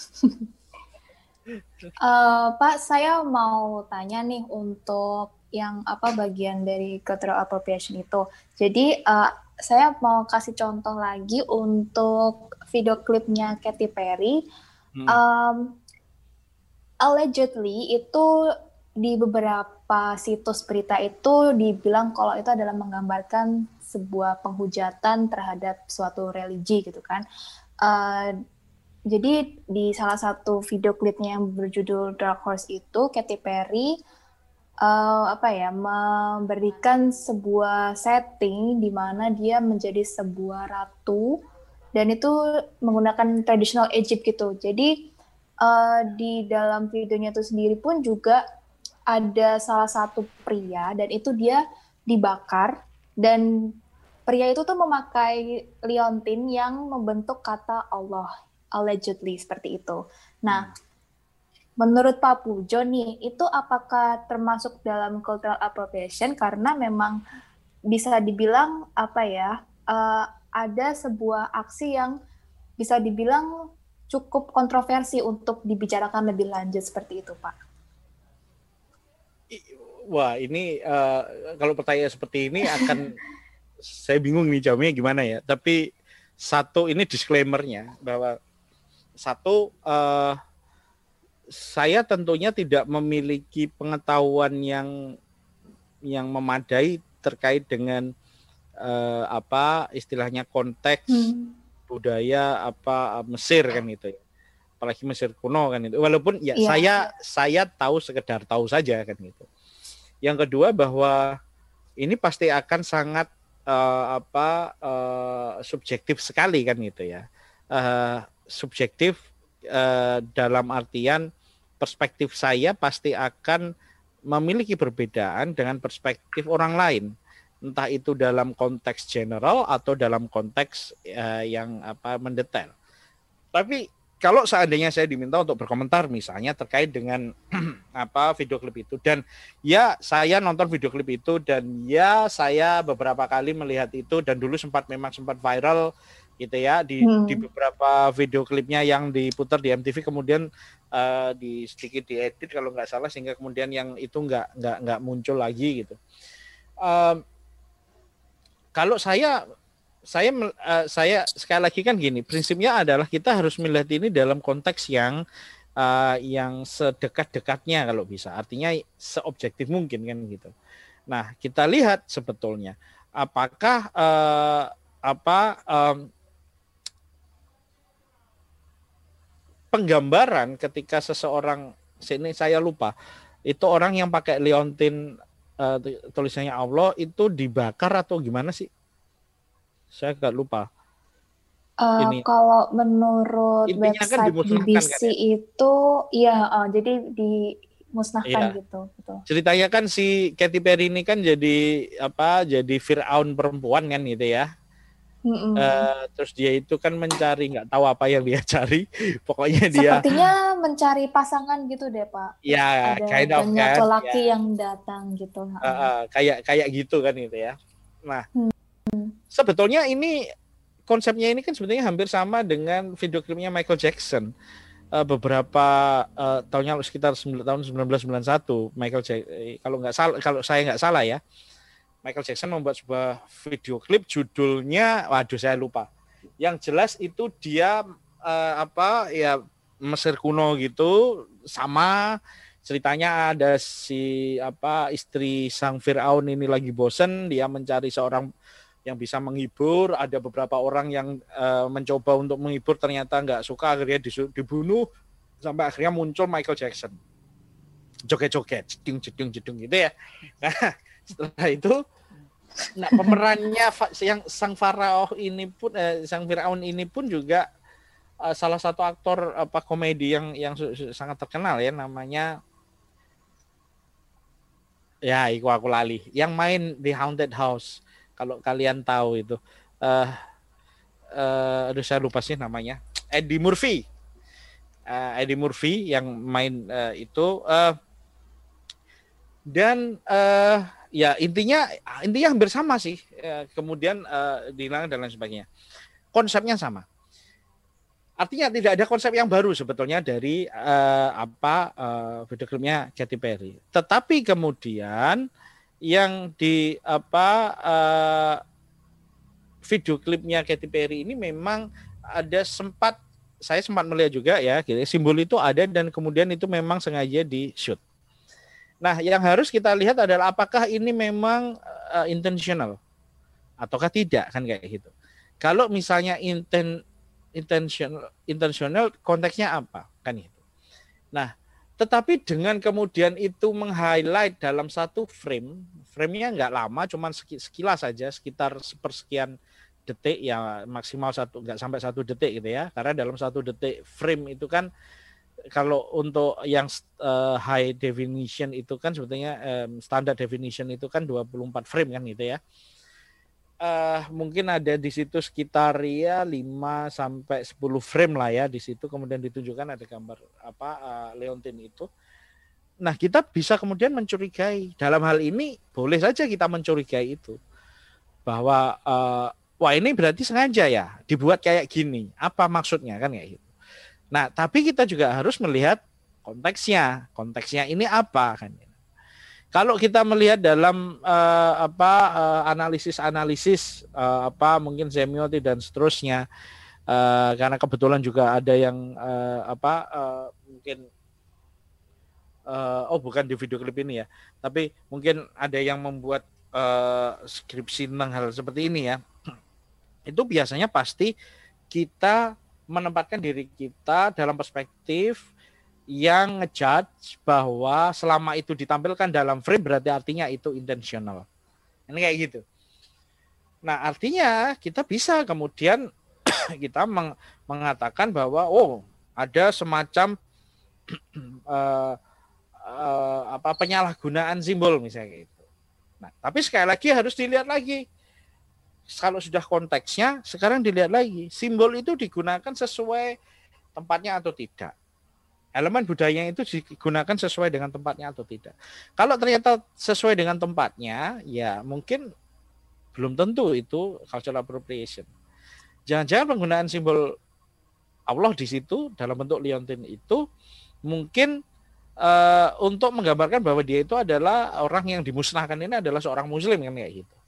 uh, Pak, saya mau tanya nih untuk yang apa bagian dari cultural appropriation itu. Jadi uh, saya mau kasih contoh lagi untuk video klipnya Katy Perry. Hmm. Um, allegedly itu di beberapa situs berita itu dibilang kalau itu adalah menggambarkan sebuah penghujatan terhadap suatu religi gitu kan. Uh, jadi di salah satu video klipnya yang berjudul Dark Horse itu Katy Perry uh, apa ya memberikan sebuah setting di mana dia menjadi sebuah ratu dan itu menggunakan traditional Egypt gitu. Jadi Uh, di dalam videonya itu sendiri pun juga ada salah satu pria dan itu dia dibakar dan pria itu tuh memakai liontin yang membentuk kata Allah, allegedly seperti itu. Nah, menurut Pak Pujo nih, itu apakah termasuk dalam cultural appropriation karena memang bisa dibilang apa ya, uh, ada sebuah aksi yang bisa dibilang cukup kontroversi untuk dibicarakan lebih lanjut seperti itu, Pak. Wah, ini uh, kalau pertanyaan seperti ini akan saya bingung nih jawabnya gimana ya. Tapi satu ini disclaimer-nya bahwa satu uh, saya tentunya tidak memiliki pengetahuan yang yang memadai terkait dengan uh, apa istilahnya konteks hmm. budaya apa Mesir kan itu ya, apalagi Mesir kuno kan itu. Walaupun ya yeah. saya saya tahu sekedar tahu saja kan gitu. Yang kedua bahwa ini pasti akan sangat uh, apa uh, subjektif sekali kan gitu ya. Uh, subjektif uh, dalam artian perspektif saya pasti akan memiliki perbedaan dengan perspektif orang lain. Entah itu dalam konteks general atau dalam konteks uh, yang apa mendetail. Tapi kalau seandainya saya diminta untuk berkomentar misalnya terkait dengan apa video klip itu, dan ya saya nonton video klip itu dan ya saya beberapa kali melihat itu dan dulu sempat memang sempat viral gitu ya di, hmm. di beberapa video klipnya yang diputar di M T V kemudian uh, di sedikit diedit kalau nggak salah sehingga kemudian yang itu nggak nggak nggak muncul lagi gitu. Um, Kalau saya, saya, uh, saya sekali lagi kan gini, prinsipnya adalah kita harus melihat ini dalam konteks yang, uh, yang sedekat-dekatnya kalau bisa, artinya seobjektif mungkin kan gitu. Nah kita lihat sebetulnya apakah uh, apa um, penggambaran ketika seseorang, sini saya lupa, itu orang yang pakai liontin. Uh, tulisannya Allah itu dibakar atau gimana sih? Saya agak lupa. Uh, Ini. Kalau menurut intinya website kan B B C kan, ya? Itu, ya, uh, jadi dimusnahkan ya. Gitu. Betul. Ceritanya kan si Katy Perry ini kan jadi apa? Jadi Fir'aun perempuan kan gitu ya. Uh, terus dia itu kan mencari, nggak tahu apa yang dia cari, pokoknya dia sepertinya mencari pasangan gitu deh Pak. Ya, ada kind of banyak kan, lelaki ya. yang datang gitu. Uh, uh, kayak kayak gitu kan gitu ya. Nah, hmm. sebetulnya ini konsepnya ini kan sebetulnya hampir sama dengan video klipnya Michael Jackson. Uh, beberapa uh, tahunnya sekitar tahun sembilan belas sembilan puluh satu Michael Jackson, kalau nggak salah, kalau saya nggak salah ya. Michael Jackson membuat sebuah video klip judulnya, waduh saya lupa. Yang jelas itu dia uh, apa ya Mesir kuno gitu, sama ceritanya ada si apa istri sang Firaun ini lagi bosen, dia mencari seorang yang bisa menghibur, ada beberapa orang yang uh, mencoba untuk menghibur ternyata nggak suka, akhirnya dibunuh sampai akhirnya muncul Michael Jackson. Joget-joget, jeding-jeding jeding gitu ya. Nah, setelah itu, nah pemerannya yang sang Faraoh ini pun, eh, sang Firaun ini pun juga uh, salah satu aktor apa komedi yang yang sangat terkenal ya, namanya ya, iku aku lali. Yang main di Haunted House, kalau kalian tahu itu, uh, uh, aduh saya lupa sih namanya, Eddie Murphy, uh, Eddie Murphy yang main uh, itu, uh, dan uh, ya intinya intinya hampir sama sih, uh, kemudian uh, dihilangkan dan lain sebagainya, konsepnya sama. Artinya tidak ada konsep yang baru sebetulnya dari uh, apa uh, video klipnya Katy Perry. Tetapi kemudian yang di apa uh, video klipnya Katy Perry ini memang ada sempat saya sempat melihat juga ya, gitu, simbol itu ada dan kemudian itu memang sengaja di shoot. Nah, yang harus kita lihat adalah apakah ini memang uh, intentional ataukah tidak, kan kayak gitu. Kalau misalnya inten intentional intentional konteksnya apa, kan itu. Nah, tetapi dengan kemudian itu meng-highlight dalam satu frame, frame-nya nggak lama, cuman sekilas saja, sekitar sepersekian detik ya, maksimal satu, nggak sampai satu detik gitu ya, karena dalam satu detik frame itu kan, kalau untuk yang uh, high definition itu kan sebetulnya um, standar definition itu kan dua puluh empat frame kan gitu ya. Uh, mungkin ada di situ sekitar ya lima sampai sepuluh frame lah ya di situ, kemudian ditunjukkan ada gambar apa uh, Leontin itu. Nah, kita bisa kemudian mencurigai, dalam hal ini boleh saja kita mencurigai itu bahwa uh, wah ini berarti sengaja ya dibuat kayak gini, apa maksudnya kan kayak gitu. Nah, tapi kita juga harus melihat konteksnya. Konteksnya ini apa kan? Kalau kita melihat dalam uh, apa uh, analisis-analisis uh, apa mungkin semiotik dan seterusnya, uh, karena kebetulan juga ada yang uh, apa uh, mungkin uh, oh bukan di video klip ini ya, tapi mungkin ada yang membuat uh, skripsi tentang hal seperti ini ya. Itu biasanya pasti kita menempatkan diri kita dalam perspektif yang ngejudge bahwa selama itu ditampilkan dalam frame berarti artinya itu intentional. Ini kayak gitu. Nah, artinya kita bisa kemudian kita meng- mengatakan bahwa oh, ada semacam uh, uh, apa penyalahgunaan simbol misalnya gitu. Nah, tapi sekali lagi harus dilihat lagi. Kalau sudah konteksnya, sekarang dilihat lagi, simbol itu digunakan sesuai tempatnya atau tidak. Elemen budaya itu digunakan sesuai dengan tempatnya atau tidak. Kalau ternyata sesuai dengan tempatnya, ya mungkin belum tentu itu cultural appropriation. Jangan-jangan penggunaan simbol Allah di situ dalam bentuk liontin itu mungkin uh, untuk menggambarkan bahwa dia itu adalah orang yang dimusnahkan ini adalah seorang muslim kan kayak gitu.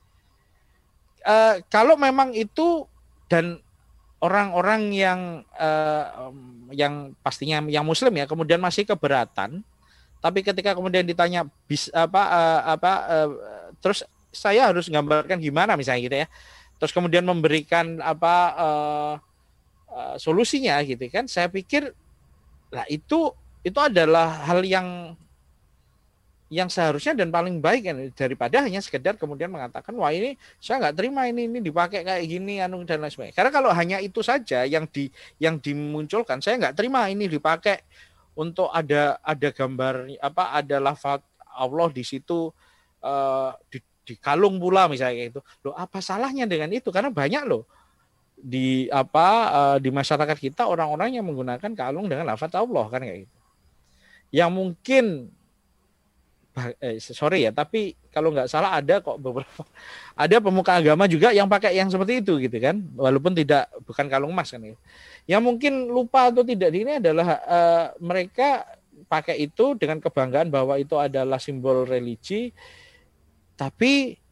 Uh, kalau memang itu dan orang-orang yang uh, yang pastinya yang muslim ya kemudian masih keberatan, tapi ketika kemudian ditanya bis, apa uh, apa uh, terus saya harus gambarkan gimana misalnya gitu ya, terus kemudian memberikan apa uh, uh, solusinya gitu kan, saya pikir lah itu itu adalah hal yang yang seharusnya dan paling baik kan, daripada hanya sekedar kemudian mengatakan wah ini saya nggak terima ini ini dipakai kayak gini anu dan lain sebagainya. Karena kalau hanya itu saja yang di yang dimunculkan, saya nggak terima ini dipakai untuk ada ada gambar apa ada lafaz Allah di situ uh, di, di kalung pula misalnya itu. Loh apa salahnya dengan itu? Karena banyak loh di apa uh, di masyarakat kita orang-orang yang menggunakan kalung dengan lafaz Allah kan kayak gitu. Yang mungkin Eh, sorry ya, tapi kalau nggak salah ada kok beberapa ada pemuka agama juga yang pakai yang seperti itu gitu kan, walaupun tidak bukan kalung emas kan ya. Yang mungkin lupa atau tidak ini adalah uh, mereka pakai itu dengan kebanggaan bahwa itu adalah simbol religi, tapi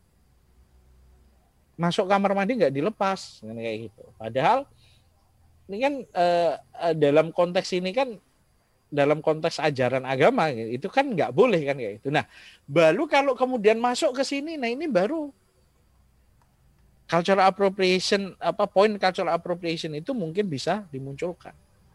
masuk kamar mandi nggak dilepas kan kayak gitu. Padahal ini kan uh, dalam konteks ini kan dalam konteks ajaran agama itu kan nggak boleh kan kayak gitu. Nah, baru kalau kemudian masuk ke sini, nah ini baru cultural appropriation, apa poin cultural appropriation itu mungkin bisa dimunculkan.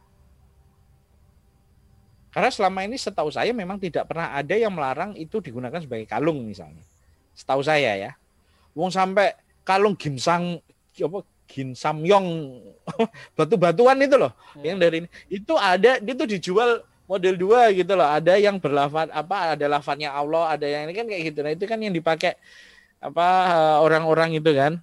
Karena selama ini setahu saya memang tidak pernah ada yang melarang itu digunakan sebagai kalung misalnya. Setahu saya ya. Wong sampai kalung ginsang apa Ginsamyong batu-batuan itu loh ya. Yang dari ini itu ada itu dijual model dua gitu loh, ada yang berlafaz apa ada lafaznya Allah, ada yang ini kan kayak gitu. Nah itu kan yang dipakai apa orang-orang itu kan.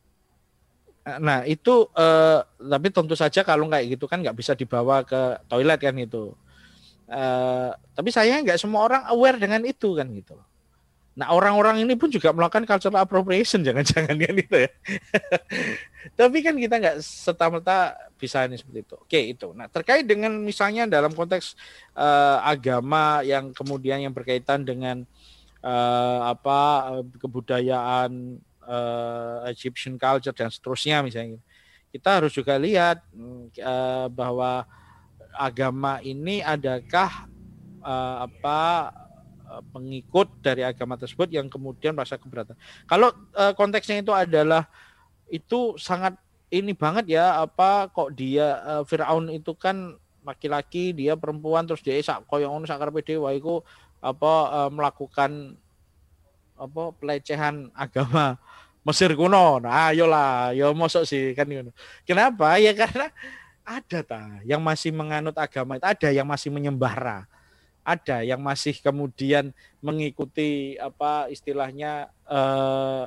Nah itu eh, tapi tentu saja kalung kayak gitu kan nggak bisa dibawa ke toilet kan itu eh, tapi saya nggak semua orang aware dengan itu kan gitu loh. Nah orang-orang ini pun juga melakukan cultural appropriation, jangan-jangan kan itu ya. Tapi kan kita nggak serta-merta bisa ini seperti itu. Oke itu. Nah terkait dengan misalnya dalam konteks uh, agama yang kemudian yang berkaitan dengan uh, apa kebudayaan uh, Egyptian culture dan seterusnya misalnya, kita harus juga lihat uh, bahwa agama ini adakah uh, apa pengikut dari agama tersebut yang kemudian merasa keberatan. Kalau uh, konteksnya itu adalah itu sangat ini banget ya apa kok dia uh, Firaun itu kan laki-laki, dia perempuan, terus dia sak koyo ngono sak karepe dhewe iku apa uh, melakukan apa pelecehan agama Mesir kuno. Nah, ayolah, yo mosok sih kan ngono. Kenapa? Ya karena ada ta yang masih menganut agama itu, ada yang masih menyembahra. Ada yang masih kemudian mengikuti apa istilahnya eh,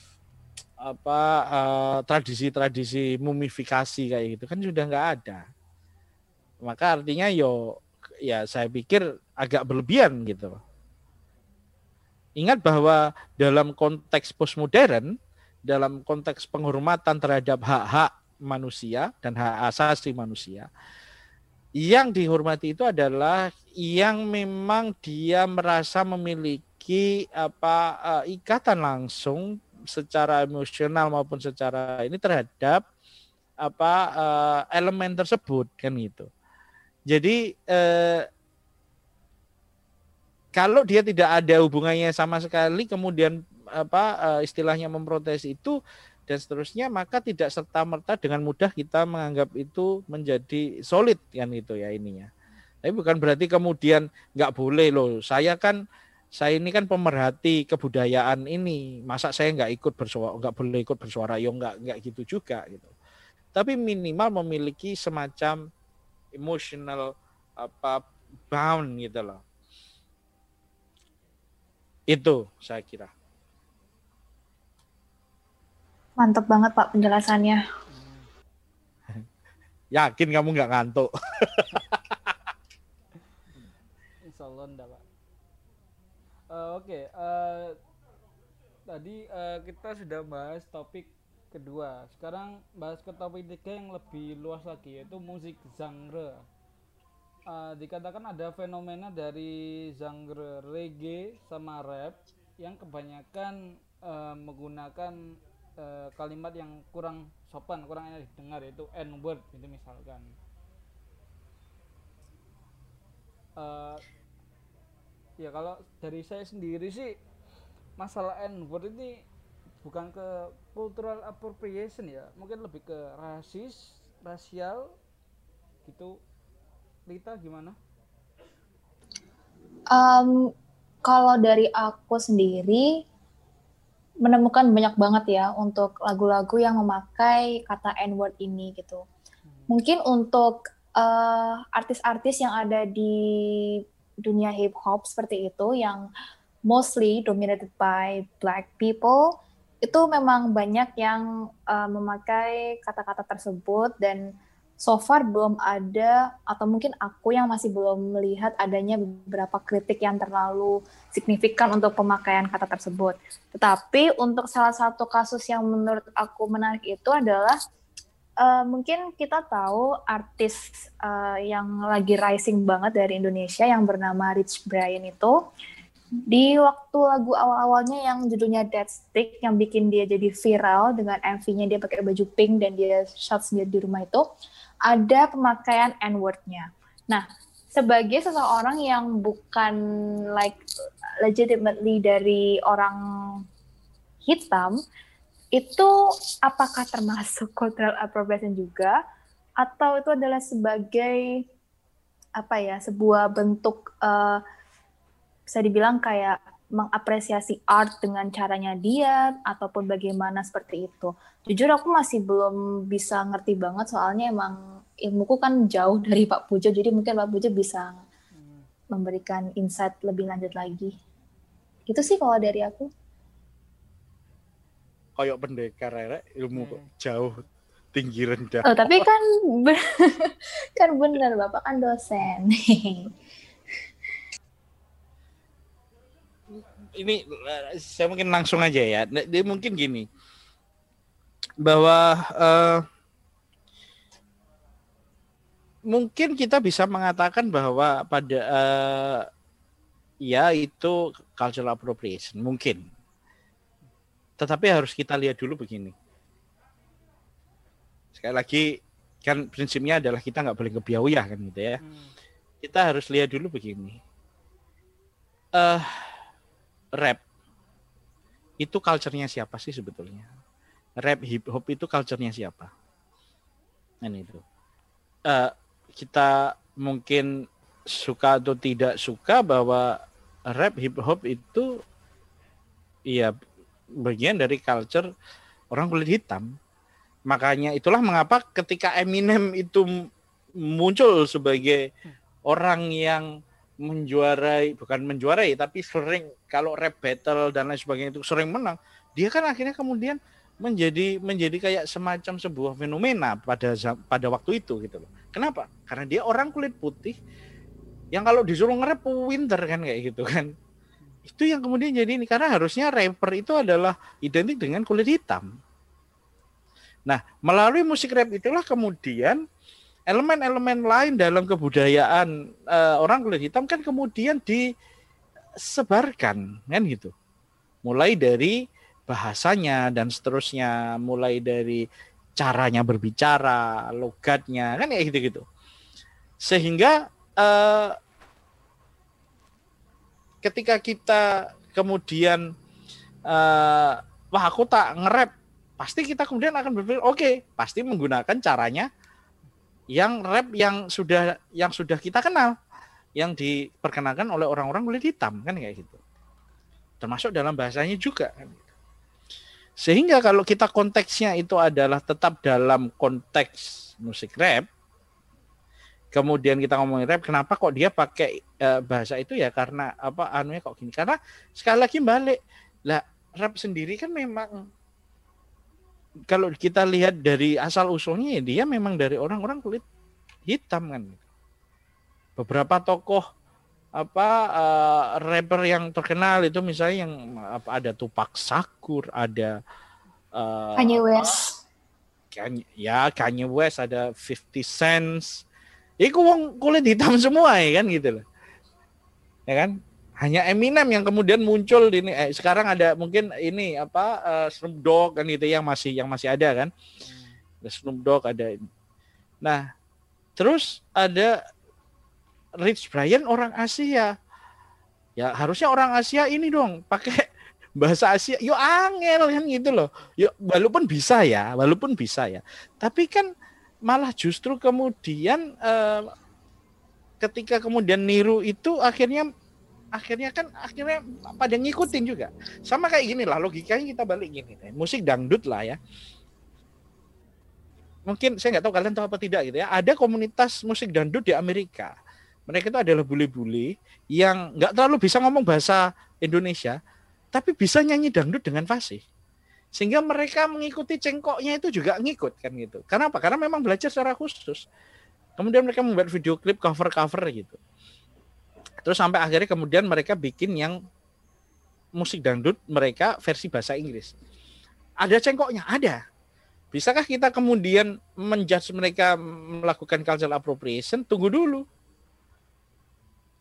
apa eh, tradisi-tradisi mumifikasi kayak gitu kan sudah nggak ada. Maka artinya yo ya saya pikir agak berlebihan gitu. Ingat bahwa dalam konteks postmodern, dalam konteks penghormatan terhadap hak-hak manusia dan hak asasi manusia, yang dihormati itu adalah yang memang dia merasa memiliki apa uh, ikatan langsung secara emosional maupun secara ini terhadap apa uh, elemen tersebut kan gitu. Jadi uh, kalau dia tidak ada hubungannya sama sekali kemudian apa uh, istilahnya memprotes itu dan seterusnya, maka tidak serta-merta dengan mudah kita menganggap itu menjadi solid kan itu ya ininya. Tapi bukan berarti kemudian nggak boleh loh. Saya kan saya ini kan pemerhati kebudayaan ini. Masa saya nggak ikut bersuara, nggak boleh ikut bersuara? Yo nggak nggak gitu juga gitu. Tapi minimal memiliki semacam emotional apa bound gitu loh. Itu saya kira. Mantap banget Pak penjelasannya. Yakin kamu nggak ngantuk? Insya Allah enggak Pak. Uh, Oke, okay. uh, tadi uh, kita sudah bahas topik kedua. Sekarang bahas ke topik tiga yang lebih luas lagi, yaitu musik genre. Uh, dikatakan ada fenomena dari genre reggae sama rap yang kebanyakan uh, menggunakan Uh, kalimat yang kurang sopan, kurang enak didengar, yaitu N-word itu misalkan. Uh, ya kalau dari saya sendiri sih masalah N-word ini bukan ke cultural appropriation ya, mungkin lebih ke rasis, rasial gitu. Rita gimana? Um, kalau dari aku sendiri menemukan banyak banget ya untuk lagu-lagu yang memakai kata N-word ini gitu. Mungkin untuk uh, artis-artis yang ada di dunia hip hop seperti itu yang mostly dominated by black people, itu memang banyak yang uh, memakai kata-kata tersebut dan so far belum ada, atau mungkin aku yang masih belum melihat adanya beberapa kritik yang terlalu signifikan untuk pemakaian kata tersebut. Tetapi untuk salah satu kasus yang menurut aku menarik itu adalah uh, mungkin kita tahu artis uh, yang lagi rising banget dari Indonesia yang bernama Rich Brian itu, Di waktu lagu awal-awalnya yang judulnya Dead Stick yang bikin dia jadi viral dengan M V-nya dia pakai baju pink dan dia shot sendiri di rumah itu, ada pemakaian N-word-nya. Nah, sebagai seseorang yang bukan like legitimately dari orang hitam, itu apakah termasuk cultural appropriation juga atau itu adalah sebagai apa ya, sebuah bentuk uh, bisa dibilang kayak mengapresiasi art dengan caranya dia ataupun bagaimana seperti itu. Jujur aku masih belum bisa ngerti banget soalnya emang ilmuku kan jauh dari Pak Pujo, jadi mungkin Pak Pujo bisa memberikan insight lebih lanjut lagi. Itu sih kalau dari aku. Koyok pendekar ya, ilmu kok jauh tinggi rendah. Oh, tapi kan kan benar Bapak kan dosen. Ini saya mungkin langsung aja ya. Dia mungkin gini, bahwa uh, mungkin kita bisa mengatakan bahwa pada uh, ya itu cultural appropriation mungkin. Tetapi harus kita lihat dulu begini. Sekali lagi kan prinsipnya adalah kita nggak boleh kebiawiyah kan gitu ya. Hmm. Kita harus lihat dulu begini. Eh uh, rap itu culture-nya siapa sih sebetulnya? Rap hip hop itu culture-nya siapa? Nah itu. Uh, kita mungkin suka atau tidak suka bahwa rap hip hop itu iya bagian dari culture orang kulit hitam. Makanya itulah mengapa ketika Eminem itu muncul sebagai orang yang menjuarai, bukan menjuarai, tapi sering kalau rap battle dan lain sebagainya itu sering menang, dia kan akhirnya kemudian menjadi menjadi kayak semacam sebuah fenomena pada pada waktu itu gitu loh. Kenapa? Karena dia orang kulit putih yang kalau disuruh nge-rap winter kan kayak gitu kan. Itu yang kemudian jadi ini, karena harusnya rapper itu adalah identik dengan kulit hitam. Nah, melalui musik rap itulah kemudian elemen-elemen lain dalam kebudayaan uh, orang kulit hitam kan kemudian disebarkan kan gitu. Mulai dari bahasanya dan seterusnya, mulai dari caranya berbicara, logatnya, kan kayak gitu-gitu. Sehingga uh, ketika kita kemudian uh, wah aku tak nge-rap, pasti kita kemudian akan berpikir oke, okay, pasti menggunakan caranya yang rap yang sudah yang sudah kita kenal, yang diperkenalkan oleh orang-orang kulit hitam kan kayak gitu. Termasuk dalam bahasanya juga kan gitu. Sehingga kalau kita konteksnya itu adalah tetap dalam konteks musik rap, kemudian kita ngomongin rap, kenapa kok dia pakai uh, bahasa itu ya karena apa anunya kok gini? Karena sekali lagi balik, lah rap sendiri kan memang kalau kita lihat dari asal usulnya ya dia memang dari orang-orang kulit hitam kan. Beberapa tokoh apa uh, rapper yang terkenal itu misalnya yang apa ada Tupac Shakur, ada uh, Kanye West. Kanye, ya Kanye West, ada fifty Cent. Iku wong kulit hitam semua ya kan gitu loh. Ya kan? Hanya Eminem yang kemudian muncul di ini. Eh, sekarang ada mungkin ini apa uh, Snoop Dogg kan itu yang masih yang masih ada kan. Ada Snoop Dogg ada. Nah, terus ada Rich Brian orang Asia. Ya harusnya orang Asia ini dong pakai bahasa Asia. Yo angel kan gitu loh. Yo walaupun bisa ya, walaupun bisa ya. Tapi kan malah justru kemudian uh, ketika kemudian niru itu akhirnya akhirnya kan akhirnya pada ngikutin juga. Sama kayak gini lah logikanya, kita balik gini deh. Musik dangdut lah ya. Mungkin saya nggak tahu kalian tahu apa tidak gitu ya. Ada komunitas musik dangdut di Amerika. Mereka itu adalah bule-bule yang nggak terlalu bisa ngomong bahasa Indonesia, tapi bisa nyanyi dangdut dengan fasih. Sehingga mereka mengikuti cengkoknya itu juga ngikut kan gitu. Karena apa? Karena memang belajar secara khusus. Kemudian mereka membuat video klip cover-cover gitu. Terus sampai akhirnya kemudian mereka bikin yang musik dangdut mereka versi bahasa Inggris. Ada cengkoknya? Ada. Bisakah kita kemudian menjudge mereka melakukan cultural appropriation? Tunggu dulu.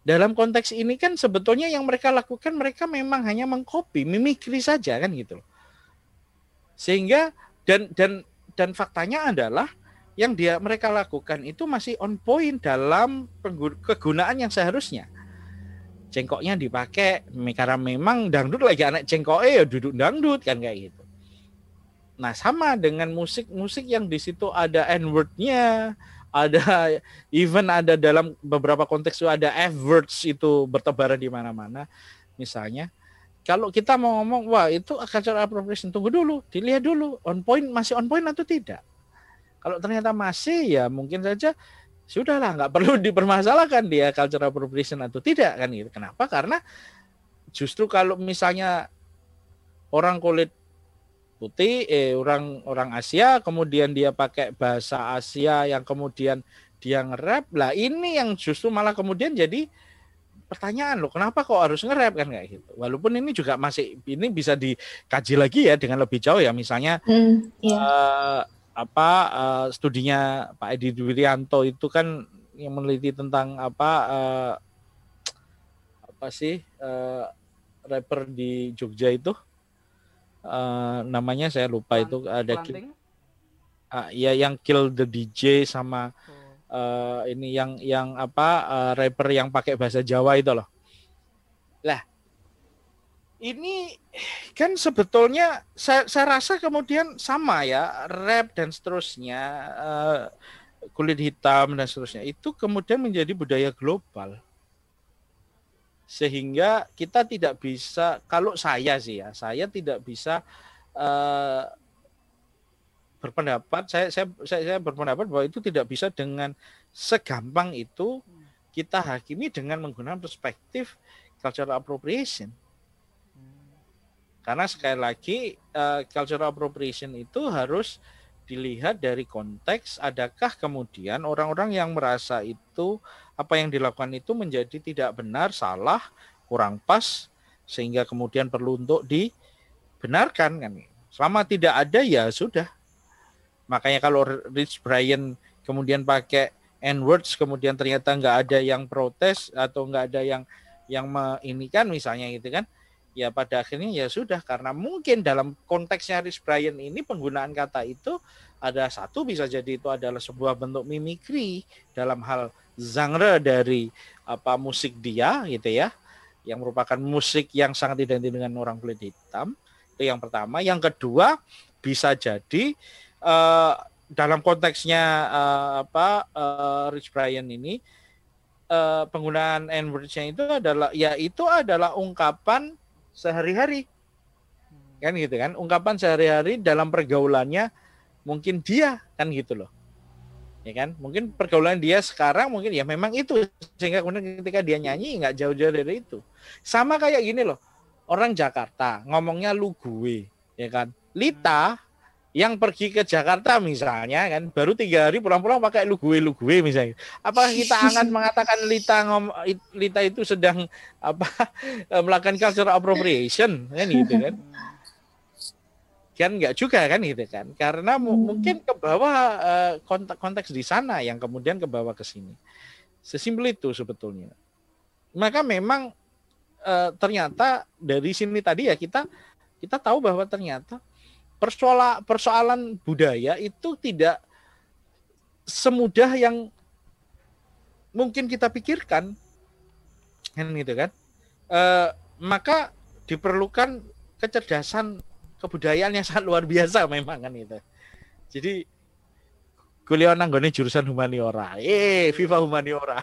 dalam konteks ini kan sebetulnya yang mereka lakukan mereka memang hanya mengcopy, mimikri saja kan gitu. Sehingga dan dan dan faktanya adalah yang dia mereka lakukan itu masih on point dalam kegunaan yang seharusnya. Cengkoknya dipakai karena memang dangdut lagi anak cengkoknya ya duduk dangdut kan kayak gitu. Nah sama dengan musik-musik yang di situ ada N-word-nya, ada even ada dalam beberapa konteks itu ada F-words itu bertebaran di mana-mana. Misalnya kalau kita mau ngomong wah itu cultural appropriation, tunggu dulu, dilihat dulu on point masih on point atau tidak. Kalau ternyata masih ya mungkin saja sudahlah nggak perlu dipermasalahkan dia cultural appropriation atau tidak kan gitu. Kenapa? Karena justru kalau misalnya orang kulit putih, eh orang orang Asia, kemudian dia pakai bahasa Asia yang kemudian dia nge-rap, lah ini yang justru malah kemudian jadi pertanyaan loh, kenapa kok harus nge-rap kan kayak gitu. Walaupun ini juga masih ini bisa dikaji lagi ya dengan lebih jauh ya, misalnya Hmm, iya. uh, apa uh, studinya Pak Edi Dwiryanto itu kan yang meneliti tentang apa uh, apa sih uh, rapper di Jogja itu uh, namanya saya lupa. Plant, itu ada kill, uh, ya yang Kill the D J sama oh. uh, ini yang yang apa uh, rapper yang pakai bahasa Jawa itu loh. Lah ini kan sebetulnya saya, saya rasa kemudian sama ya, rap dan seterusnya, uh, kulit hitam dan seterusnya itu kemudian menjadi budaya global. Sehingga kita tidak bisa, kalau saya sih ya, saya tidak bisa uh, berpendapat, saya, saya, saya, saya berpendapat bahwa itu tidak bisa dengan segampang itu kita hakimi dengan menggunakan perspektif cultural appropriation. Karena sekali lagi uh, cultural appropriation itu harus dilihat dari konteks, adakah kemudian orang-orang yang merasa itu apa yang dilakukan itu menjadi tidak benar, salah, kurang pas, sehingga kemudian perlu untuk dibenarkan kan. Selama tidak ada ya sudah. Makanya kalau Rich Brian kemudian pakai N-words, kemudian ternyata nggak ada yang protes atau nggak ada yang yang ini kan misalnya gitu kan. Ya pada akhirnya ya sudah, karena mungkin dalam konteksnya Rich Brian ini penggunaan kata itu ada satu bisa jadi itu adalah sebuah bentuk mimikri dalam hal genre dari apa musik dia gitu ya, yang merupakan musik yang sangat identik dengan orang kulit hitam. Itu yang pertama. Yang kedua bisa jadi uh, dalam konteksnya uh, apa uh, Rich Brian ini uh, penggunaan N-word-nya itu adalah ya itu adalah ungkapan sehari-hari kan gitu kan, ungkapan sehari-hari dalam pergaulannya mungkin dia kan gitu loh ya kan, mungkin pergaulan dia sekarang mungkin ya memang itu, sehingga kemudian ketika dia nyanyi nggak jauh-jauh dari itu. Sama kayak gini loh, orang Jakarta ngomongnya lu gue ya kan, Lita yang pergi ke Jakarta misalnya kan baru tiga hari pulang-pulang pakai lu gue lu gue misalnya, apakah kita akan mengatakan Lita ngom, Lita itu sedang apa melakukan cultural appropriation kan gitu kan? Kan nggak juga kan gitu kan, karena m- mungkin ke bawah uh, konteks, konteks di sana yang kemudian ke bawah ke sini. Sesimpel itu sebetulnya. Maka memang uh, ternyata dari sini tadi ya kita kita tahu bahwa ternyata persoalan persoalan budaya itu tidak semudah yang mungkin kita pikirkan kan gitu kan. E, maka diperlukan kecerdasan kebudayaan yang sangat luar biasa memang kan itu. Jadi kuliah nanggone jurusan humaniora, eh Viva Humaniora.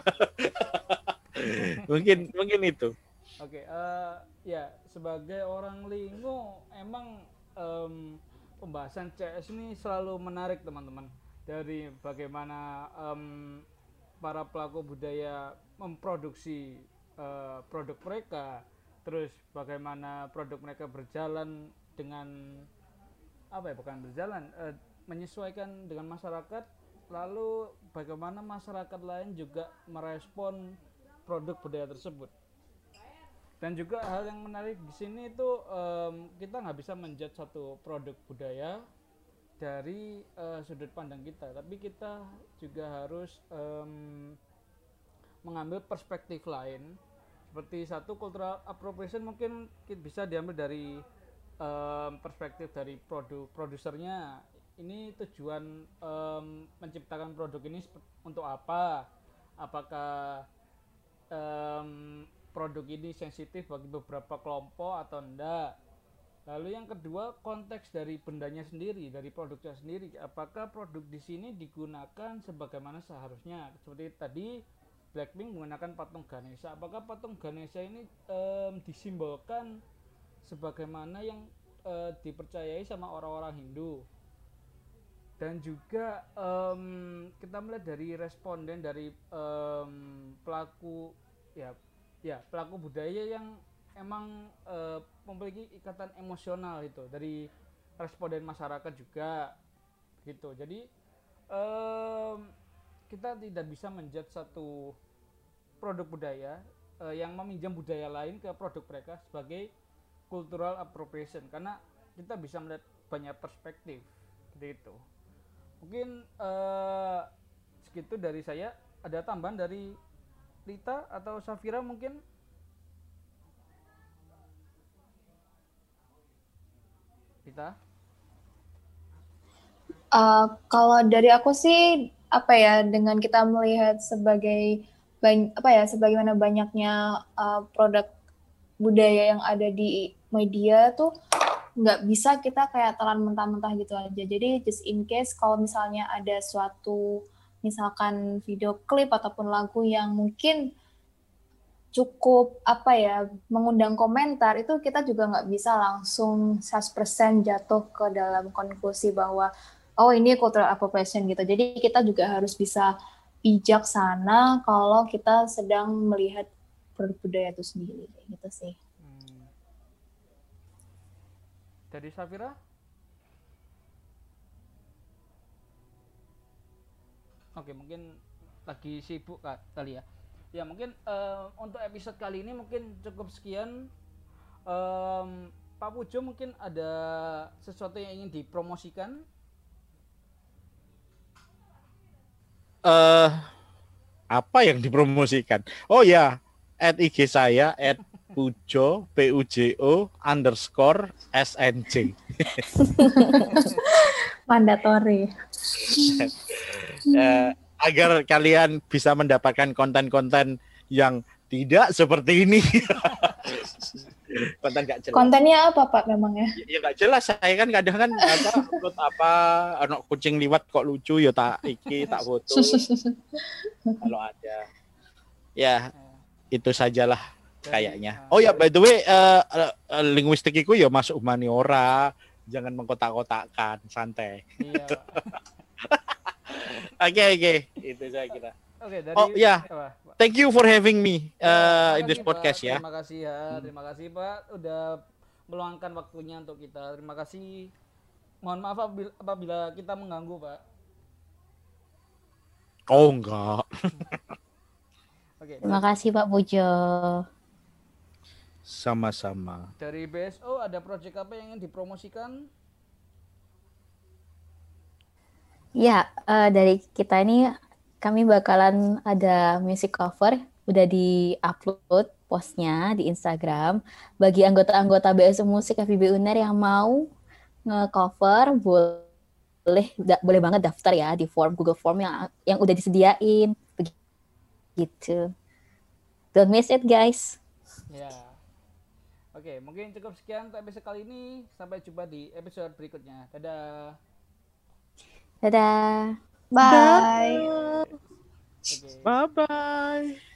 mungkin mungkin itu. Oke, uh, ya sebagai orang Lingo emang um, pembahasan C S ini selalu menarik teman-teman, dari bagaimana um, para pelaku budaya memproduksi uh, produk mereka, terus bagaimana produk mereka berjalan dengan apa ya bukan berjalan uh, menyesuaikan dengan masyarakat, lalu bagaimana masyarakat lain juga merespon produk budaya tersebut. Dan juga hal yang menarik di sini itu um, kita nggak bisa menjudge satu produk budaya dari uh, sudut pandang kita, tapi kita juga harus um, mengambil perspektif lain. Seperti satu, cultural appropriation mungkin bisa diambil dari um, perspektif dari produk produsernya. Ini tujuan um, menciptakan produk ini untuk apa? Apakah um, produk ini sensitif bagi beberapa kelompok atau enggak? Lalu yang kedua, konteks dari bendanya sendiri, dari produknya sendiri. Apakah produk di sini digunakan sebagaimana seharusnya? Seperti tadi Blackpink menggunakan patung Ganesha. Apakah patung Ganesha ini um, disimbolkan sebagaimana yang uh, dipercayai sama orang-orang Hindu? Dan juga um, kita melihat dari responden dari um, pelaku ya ya pelaku budaya yang emang uh, memiliki ikatan emosional itu dari responden masyarakat juga gitu. Jadi um, kita tidak bisa menjudge satu produk budaya uh, yang meminjam budaya lain ke produk mereka sebagai cultural appropriation, karena kita bisa melihat banyak perspektif gitu. Mungkin uh, segitu dari saya. Ada tambahan dari Rita atau Safira mungkin? Rita? Uh, kalau dari aku sih apa ya, dengan kita melihat sebagai bany- apa ya sebagaimana banyaknya uh, produk budaya yang ada di media tuh nggak bisa kita kayak telan mentah-mentah gitu aja. Jadi just in case kalau misalnya ada suatu misalkan video klip ataupun lagu yang mungkin cukup apa ya mengundang komentar, itu kita juga nggak bisa langsung seratus persen jatuh ke dalam konklusi bahwa oh ini cultural appropriation gitu. Jadi kita juga harus bisa bijaksana kalau kita sedang melihat produk budaya itu sendiri gitu sih. Dari Safira? Oke, mungkin lagi sibuk kali ya. Ya mungkin uh, untuk episode kali ini mungkin cukup sekian. Um, Pak Pujo mungkin ada sesuatu yang ingin dipromosikan? Uh, apa yang dipromosikan? Oh ya, at I G saya at Pujo, P U J O underscore S N J. Mandatory. uh, agar kalian bisa mendapatkan konten-konten yang tidak seperti ini. Konten gak jelas. Kontennya apa Pak memangnya? Ya nggak jelas. Saya kan kadang kan apa upload apa anak kucing liwat kok lucu ya tak iki tak foto. Kalau ada. Ya itu sajalah. Kayaknya. Oh ya, by the way, uh, uh, linguistik itu ya masuk humaniora, jangan mengkotak-kotakkan, santai. Iya. Oke oke, itu saya kira. Oke, dari oh ya, yeah. Thank you for having me uh, in this Pak. podcast ya. Terima kasih ya, terima kasih Pak, udah meluangkan waktunya untuk kita. Terima kasih. Mohon maaf apabila, apabila kita mengganggu Pak. Oh enggak. Oke. Terima kasih Pak Pujo. Sama-sama. Dari B S O ada proyek apa yang ingin dipromosikan? Ya, uh, dari kita ini kami bakalan ada music cover, udah di-upload postnya di Instagram. Bagi anggota-anggota B S O Musik F I B Uner yang mau nge-cover, boleh da, boleh banget daftar ya di form Google Form yang yang udah disediain. Begitu. Don't miss it, guys. Ya. Oke, mungkin cukup sekian untuk episode kali ini. Sampai jumpa di episode berikutnya. Dadah. Dadah. Bye. Okay. Bye-bye.